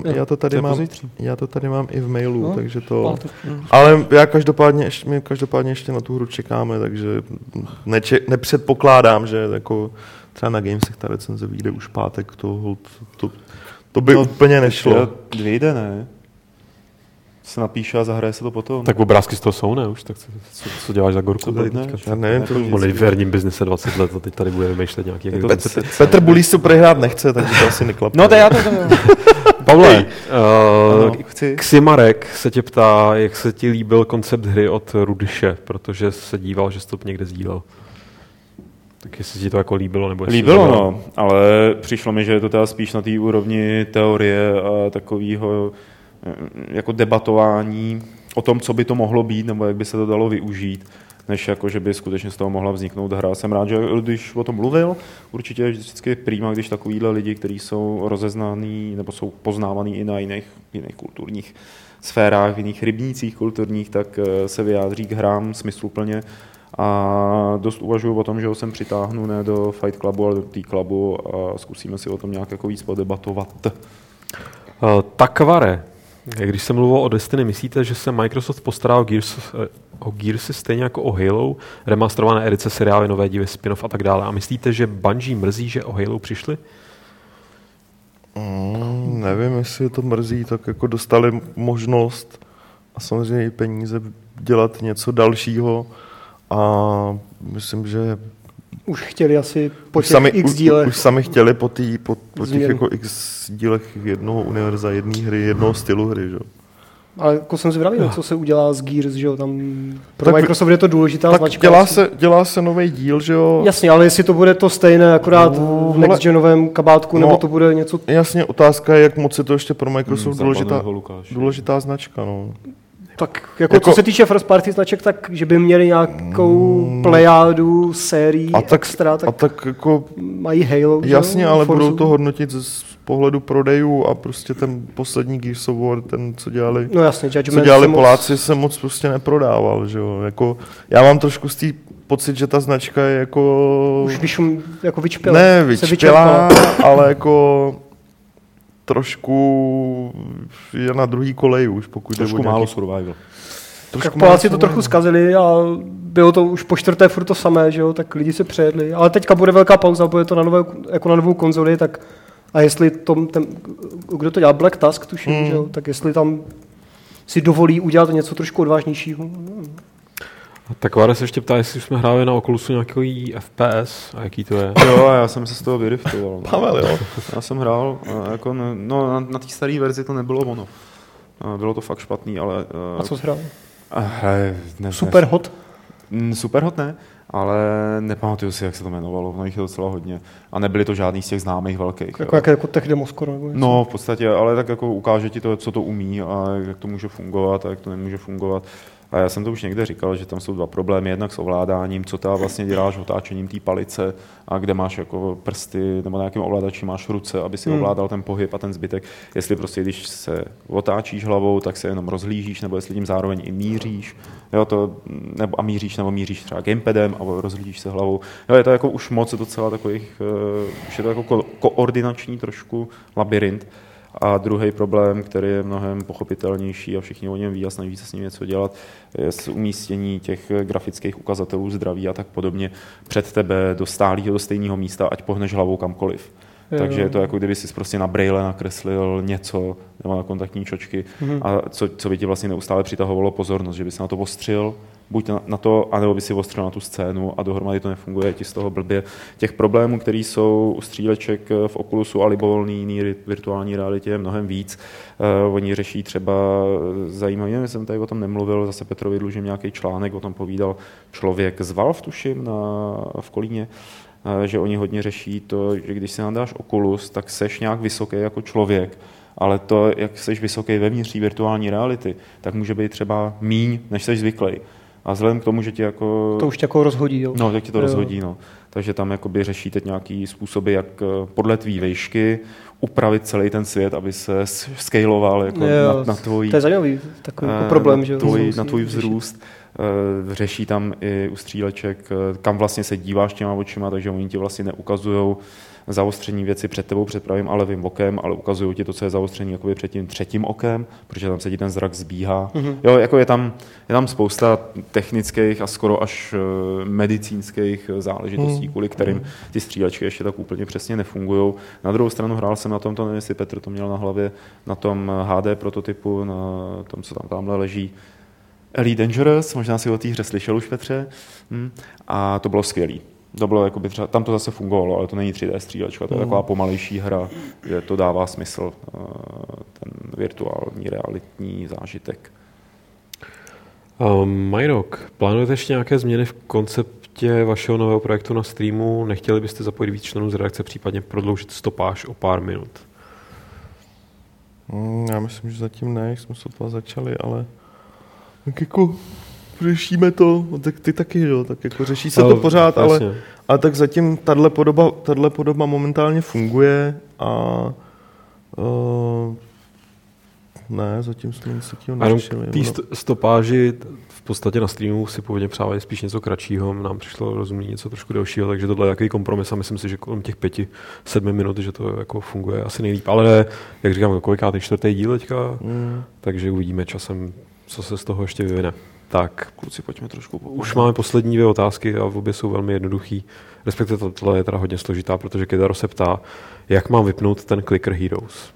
tady mám i v mailu, no, takže to... Ale my každopádně ještě na tu hru čekáme, takže nepředpokládám, že jako třeba na Gamesech ta recenze vyjde už pátek, to by úplně nešlo. Vyjde, ne? Se napíše a zahraje se to potom. Tak obrázky z toho jsou, ne? Už tak co děláš za gorku? Já nevím, to v herním biznise 20 let a teď tady bude vymýšlet nějaký... Petr Bulíš to prohrát nechce, takže to asi neklapne. No to já to... Pavle, Ximarek se tě ptá, jak se ti líbil koncept hry od Rudyše, protože se díval, že jsi to někde sdílel. Tak jestli ti to jako líbilo, nebo jestli Líbilo, no, ale přišlo mi, že je to teda spíš na té úrovni teorie a takového jako debatování o tom, co by to mohlo být, nebo jak by se to dalo využít, než jako, že by skutečně z toho mohla vzniknout hra. Jsem rád, že když o tom mluvil, určitě je vždycky prýma, když takovýhle lidi, kteří jsou rozeznaný nebo jsou poznávaný i na jiných kulturních sférách, v jiných rybnících kulturních, tak se vyjádří k hrám smysluplně. A dost uvažuji o tom, že ho sem přitáhnu ne do Fight Clubu, ale do T-Clubu a zkusíme si o tom nějak jako víc podebatovat. Takvare, když se mluvilo o Destiny, myslíte, že se Microsoft postará o Gearsy stejně jako o Halo, remasterované edice, seriály, nové díly, spin-off a tak dále? A myslíte, že Bungie mrzí, že o Halo přišli? Nevím, jestli to mrzí, tak jako dostali možnost a samozřejmě i peníze dělat něco dalšího a myslím, že už chtěli asi po těch x dílech. Už sami chtěli po těch jako x dílech jednoho univerza, jedné hry, jednoho stylu hry, že? Ale jako jsem zvědavý, co se udělá s Gears, že jo, tam pro Microsoft je to důležitá značka. Dělá se nový díl, že jo. Jasně, ale jestli to bude to stejné, akorát v next-genovém kabátku, nebo to bude něco... Jasně, otázka je, jak moc je to ještě pro Microsoft důležitá značka, no. Tak jako co se týče first party značek, tak že by měli nějakou plejádu sérií extra, tak jako mají Halo. Jasně, ale Forzu. Budou to hodnotit z pohledu prodejů a prostě ten poslední Gears of War, ten, co dělali, co dělali Poláci, se moc prostě neprodával, že jo. Jako, já mám trošku z té pocit, že ta značka je jako... Už jako vyčpěla. Ne, vyčpěla, ale jako... trošku je na druhý koleji už, pokud trošku málo survival. Tak Poláci to trochu zkazili a bylo to už po čtvrté furt to samé, že jo, tak lidi se přejedli. Ale teďka bude velká pauza, bude to na novou konzoli, tak a jestli kdo to dělá, Black Tusk tuším, že jo, tak jestli tam si dovolí udělat něco trošku odvážnějšího. Tak Vare se ještě ptá, jestli jsme hráli na Oculusu nějaký FPS a jaký to je. Jo, já jsem se z toho vyriftoval. Pavel, jo. Já jsem hrál, jako na té staré verzi to nebylo ono. Bylo to fakt špatný, ale... A co jsi hrál? Superhot? Superhot ne, ale nepamatuju si, jak se to jmenovalo, no jich je docela hodně. A nebyly to žádný z těch známých velkých. Jako Tech Demo skoro? Nebo no, v podstatě, ale tak jako ukáže ti to, co to umí a jak to může fungovat a jak to nemůže fungovat. A já jsem to už někde říkal, že tam jsou dva problémy, jednak s ovládáním, co ta vlastně děláš otáčením té palice a kde máš jako prsty nebo na jakém ovladači máš ruce, aby si ovládal ten pohyb a ten zbytek. Jestli prostě, když se otáčíš hlavou, tak se jenom rozhlížíš, nebo jestli tím zároveň i míříš, jo, nebo míříš třeba gamepadem a rozhlížíš se hlavou. Jo, je to jako už moc docela takových, už je to jako koordinační trošku labyrint. A druhý problém, který je mnohem pochopitelnější a všichni o něm ví a snaží se s ním něco dělat, je umístění těch grafických ukazatelů zdraví a tak podobně před tebe do stejného místa, ať pohneš hlavou kamkoliv. Takže je to jako kdyby si prostě na braille nakreslil něco nebo na kontaktní čočky a co by ti vlastně neustále přitahovalo pozornost, že by se na to ostřil, buď na to, anebo by si ostřil na tu scénu a dohromady to nefunguje, ti z toho blbě. Těch problémů, které jsou u stříleček v Oculusu a libovolný virtuální realitě je mnohem víc. Oni řeší třeba zajímavě, jsem tady o tom nemluvil, zase Petrovi dlužím nějaký článek, o tom povídal člověk z Valve, tuším, v Kolíně, že oni hodně řeší to, že když si nadáš Oculus, tak seš nějak vysoký jako člověk, ale to, jak seš vysoký vevnitř virtuální reality, tak může být třeba míň, než seš zvyklý. A vzhledem k tomu, že tě jako... To už tě jako rozhodí, jo? No, tak tě to rozhodí, no. Takže tam jakoby řeší teď nějaký způsoby, jak podle tvý výšky upravit celý ten svět, aby se scaloval jako na tvojí... To je zajímavý takový jako problém, že jo? Na tvůj vzrůst. Řeší tam i u stříleček, kam vlastně se díváš těma očima, takže oni ti vlastně neukazujou zaostření věci před tebou, před pravým a levým okem, ale ukazují ti to, co je zaostření jakoby před tím třetím okem, protože tam se ti ten zrak zbíhá. Jo, jako je tam spousta technických a skoro až medicínských záležitostí, kvůli kterým ty střílečky ještě tak úplně přesně nefungují. Na druhou stranu hrál jsem na tom, to nevím, jestli Petr to měl na hlavě, na tom HD prototypu, na tom, co tam tamhle leží, Elite Dangerous, možná si o té hře slyšel už, Petře, a to bylo skvělý. To bylo jakoby třeba, tam to zase fungovalo, ale to není 3D střílečka, to je taková pomalejší hra, kde to dává smysl, ten virtuální, realitní zážitek. Majrok, plánujete ještě nějaké změny v konceptu hostě vašeho nového projektu na streamu nechtěli byste zapojit víc členů z redakce, případně prodloužit stopáž o pár minut? Já myslím, že zatím ne, jsme se toho začali, ale tak jako řešíme to, tak ty taky, jo, tak jako řeší se to pořád, ale tak zatím tahle podoba momentálně funguje a ne, zatím jsme nic takového neřešili. Té stopáži v podstatě na streamu si původně přávají spíš něco kratšího, nám přišlo rozumný něco trošku delšího, takže tohle je takový kompromis a myslím si, že kolem těch 5-7 minut, že to jako funguje asi nejlíp. Ale jak říkám, kolikátý 4. díl teďka, takže uvidíme časem, co se z toho ještě vyvine. Tak, kluci, pojďme trošku. Už máme poslední 2 otázky a obě jsou velmi jednoduchý. Respektive tohle je teda hodně složitá, protože Kidaro se ptá, jak mám vypnout ten Clicker Heroes.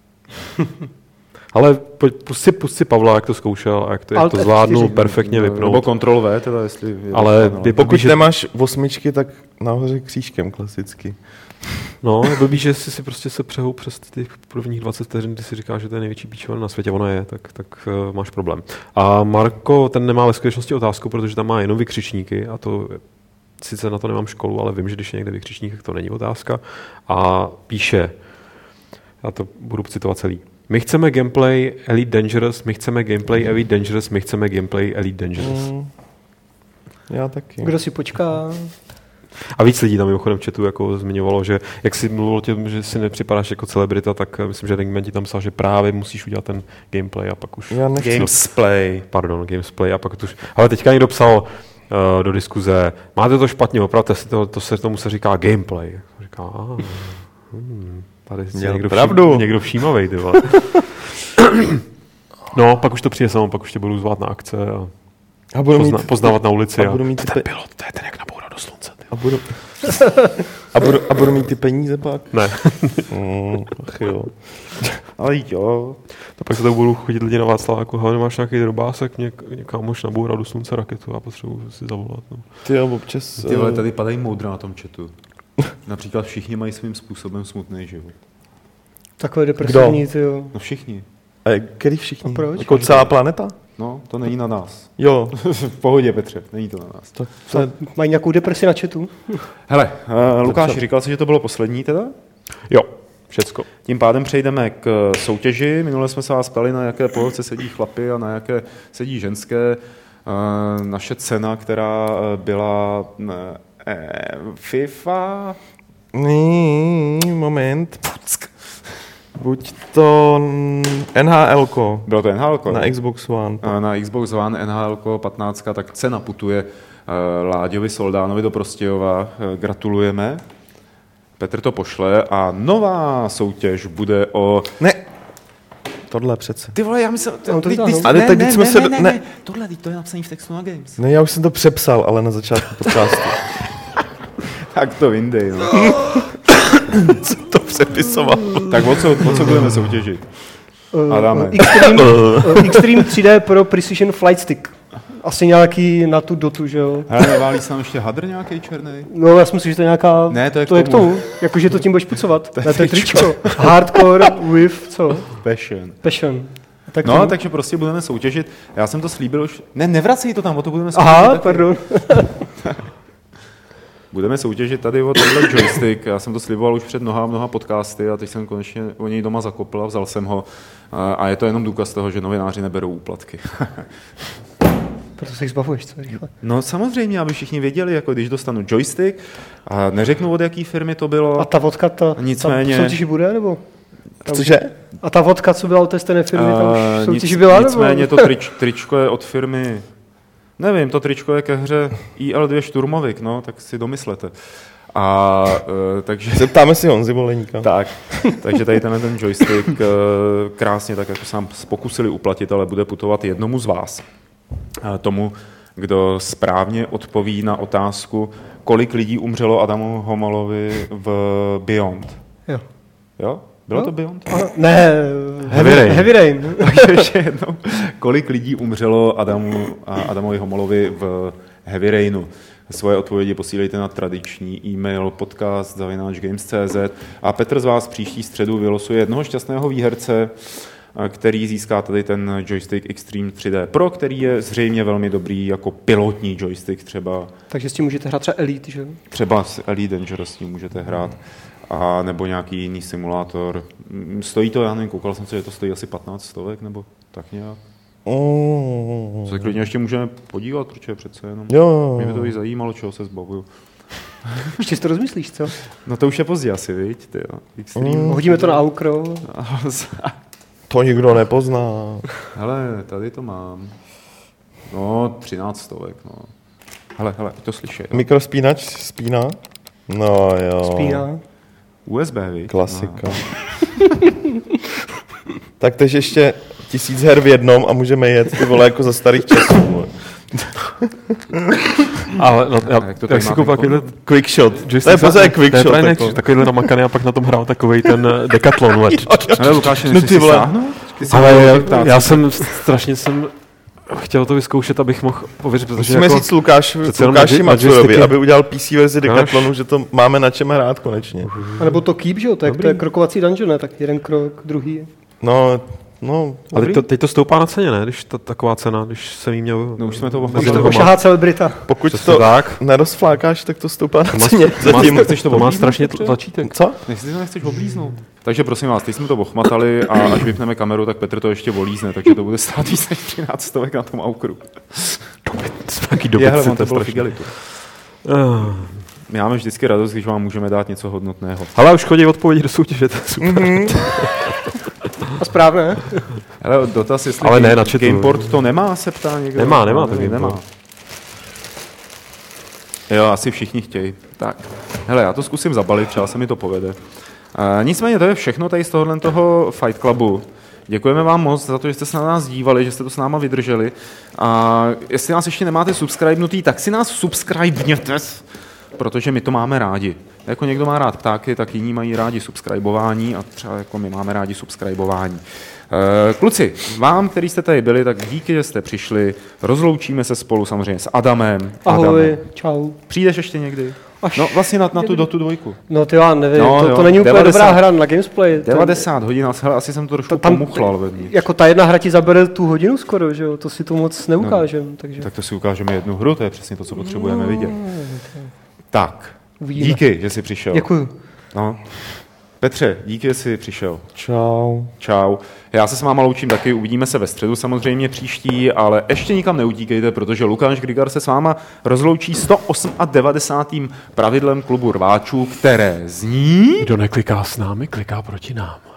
Ale pust si Pavla, jak to zkoušel a jak to zvládnul perfektně vypnout. Nebo Ctrl-V, teda jestli... Ale pokud nemáš 8, tak nahoře křížkem klasicky. No, blbý, že jsi si prostě se přehoup přes těch prvních 20 vteřin, kdy si říkáš, že to je největší píčovina na světě, ono je, tak máš problém. A Marko, ten nemá ve skutečnosti otázku, protože tam má jenom vykřičníky a to sice na to nemám školu, ale vím, že když je někde vykřičník, tak to není otázka. A píše, já to budu citovat celý. My chceme gameplay Elite Dangerous, my chceme gameplay Elite Dangerous, my chceme gameplay Elite Dangerous. Já taky. Kdo si počká? A víc lidí tam mimochodem v chatu jako zmiňovalo, že jak jsi mluvil o těm, že si nepřipadáš jako celebrita, tak myslím, že Ringman ti tam psal, že právě musíš udělat ten gameplay a pak už... Gamesplay. Pardon, gamesplay a pak to už... Ale teďka někdo psal do diskuze, máte to špatně, opravdu se tomu se říká gameplay. Říká, tady někdo všímavej, ty vole. No, pak už to přijde samo, pak už tě budu zvát na akce a poznávat na ulici. A budu mít ten pilot, to je ten, jak naboural do slunce. A budu mít ty peníze pak? Ne. Ach jo. Ale jo. To pak se to budou chodit lidi na Václaváku, hele, máš nějaký drobásek, někam už naboural do slunce raketu a potřebuji si zavolat. No. Ty jo, občas... Ty vole, tady padají moudra na tom chatu. Například všichni mají svým způsobem smutný život. Takové depresivní, ty jo. No všichni. A který všichni? A proč? Jako celá planeta? No, to není na nás. Jo. V pohodě, Petře, není to na nás. Mají nějakou depresi na chatu? Hele, Lukáš, říkal jsi, že to bylo poslední teda? Jo, všecko. Tím pádem přejdeme k soutěži. Minule jsme se vás ptali, na jaké polovce sedí chlapy a na jaké sedí ženské. Naše cena, která byla FIFA... Moment. Buď to NHL-ko. Bylo to NHL-ko? Na Xbox One. Na Xbox One NHL-ko 15, tak cena putuje Láďovi Soldánovi do Prostějova. Gratulujeme. Petr to pošle a nová soutěž bude o... Ne. Tohle přece. Ty vole, já myslím... Ne. Tohle, to je napsaný v textu na Games. Ne, já už jsem to přepsal, ale na začátku podcastu. Tak to vyndej, no. Co to přepisoval? Tak o co budeme soutěžit? Adame. Extreme 3D Pro Precision Flight Stick. Asi nějaký na tu dotu, že jo? Hele, neválí se nám ještě hadr nějaký černý? No, já si myslím, že to je nějaká... Ne, to je k tomu. Jakože to tím budeš pucovat. To je tričko. Hardcore with co? Passion. Tak no, takže prostě budeme soutěžit. Já jsem to slíbil už... Ne, nevracej to tam, o to budeme soutěžit. Aha, pardon. Budeme soutěžit tady o tenhle joystick. Já jsem to sliboval už před mnoha podcasty a teď jsem konečně o něj doma zakopl a vzal jsem ho. A je to jenom důkaz toho, že novináři neberou úplatky. Proto se jich zbavuješ, co rychle. No samozřejmě, aby všichni věděli, jako když dostanu joystick a neřeknu, od jaký firmy to bylo. A ta vodka, nicméně... ta soutěži bude, nebo? Cože? A ta vodka, co byla od té stejné firmy, tam už soutěži byla, nebo? Nicméně to tričko je od firmy... Nevím, to tričko je ke hře IL2 Šturmovik, no, tak si domyslete. A takže... Zeptáme si Honzi Voleníka. Tak, takže tady ten joystick krásně tak jako sám pokusili uplatit, ale bude putovat jednomu z vás. Tomu, kdo správně odpoví na otázku, kolik lidí umřelo Adamu Homolovi v Beyond. Jo? Bylo to Beyond? Ne, Heavy Rain. Takže ještě jednou. Kolik lidí umřelo Adamovi Homolovi v Heavy Rainu? Svoje odpovědi posílejte na tradiční e-mail podcast@games.cz a Petr z vás příští středu vylosuje jednoho šťastného výherce který získá tady ten joystick Extreme 3D Pro, který je zřejmě velmi dobrý jako pilotní joystick třeba. Takže s tím můžete hrát třeba Elite, že? Třeba s Elite Dangerous s tím můžete hrát. A nebo nějaký jiný simulátor. Stojí to, já nevím, koukal jsem se, že to stojí asi 15 stovek, nebo tak nějak. Se klidně ještě můžeme podívat, protože přece jenom. Jo. Mě by to i zajímalo, čeho se zbavuju. Ještě si to rozmyslíš, co? No to už je pozdě asi, viď? Extreme. Hodíme to na Aukro. To nikdo nepozná. Hele, tady to mám. No, 13 stovek, no. Hele, to slyšej. Mikrospínač spíná? No jo. Spíná. USB, viď? Klasika. Tak takže ještě 1000 her v jednom a můžeme jet ty vole jako za starých časů. Ale no, já si koupil takovýhle quickshot. To je pořád quickshot. Takovýhle namakaný a pak na tom hrál takovej ten Decathlon. Ale Lukáši, No nechceš ty si vole. sáhnout? Ale já jsem strašně chtěl to vyzkoušet, abych mohl pověřit, protože Musíme jako... říct Lukáši na Macurovi, joysticky- aby udělal PC verzi Decathlonu, že to máme na čem hrát konečně. A nebo to Keep, že jo? To je krokovací dungeon, ne? Tak jeden krok, druhý. No, Ale teď to stoupá na ceně, ne? Když taková cena, když jsem jí měl... No už jsme to Může to ošahá celebrita. pokud Přesně to tak. nerozflákáš, tak to stoupá na ceně. Zatím To má strašně tlačítek. Co? Jestli to nechceš oblíznout. Takže prosím vás, teď jsme to ochmatali a až vypneme kameru, tak Petr to ještě volízne, takže to bude stát víc než 13 stovek na tom Aukru. Taky Je, hele, dobytci, on to to je bylo strašný. figelitu. My máme vždycky radost, když vám můžeme dát něco hodnotného. Ale už chodí odpovědi do soutěže, to je super. A správné. Hele, dotaz, jestli Ale ne na chatu. Gameport to nemá, se ptá někdo. Nemá to nemá. Gameport. Jo, asi všichni chtějí. Tak, hele, já to zkusím zabalit, třeba se mi to povede. Nicméně to je všechno tady z toho Fight Clubu. Děkujeme vám moc za to, že jste se na nás dívali, že jste to s náma vydrželi. A jestli nás ještě nemáte subscribenutý, tak si nás subscribněte, protože my to máme rádi. Jako někdo má rád ptáky, tak jiní mají rádi subscribování a třeba jako my máme rádi subscribování. Kluci, vám, který jste tady byli, tak díky, že jste přišli. Rozloučíme se spolu samozřejmě s Adamem. Ahoj, Adame, čau. přijdeš ještě někdy? Až No vlastně na tu Dotu 2. No ty já nevím, No, jo. to není úplně 90 dobrá hra na Gamesplay. 90 hodin, hele, asi jsem to trošku pomuchlal vevnitř. Jako ta jedna hra ti zabere tu hodinu skoro, že jo? To si to moc neukážem, takže... Tak to si ukážeme jednu hru, to je přesně to, co potřebujeme vidět. Tak, Uvidíme. díky, že jsi přišel. Děkuju. No. Petře, díky, že jsi přišel. Čau. Čau. Já se s váma loučím taky, uvidíme se ve středu samozřejmě příští, ale ještě nikam neutíkejte, protože Lukáš Grigar se s váma rozloučí 198. pravidlem klubu rváčů, které zní... Kdo nekliká s námi, kliká proti nám.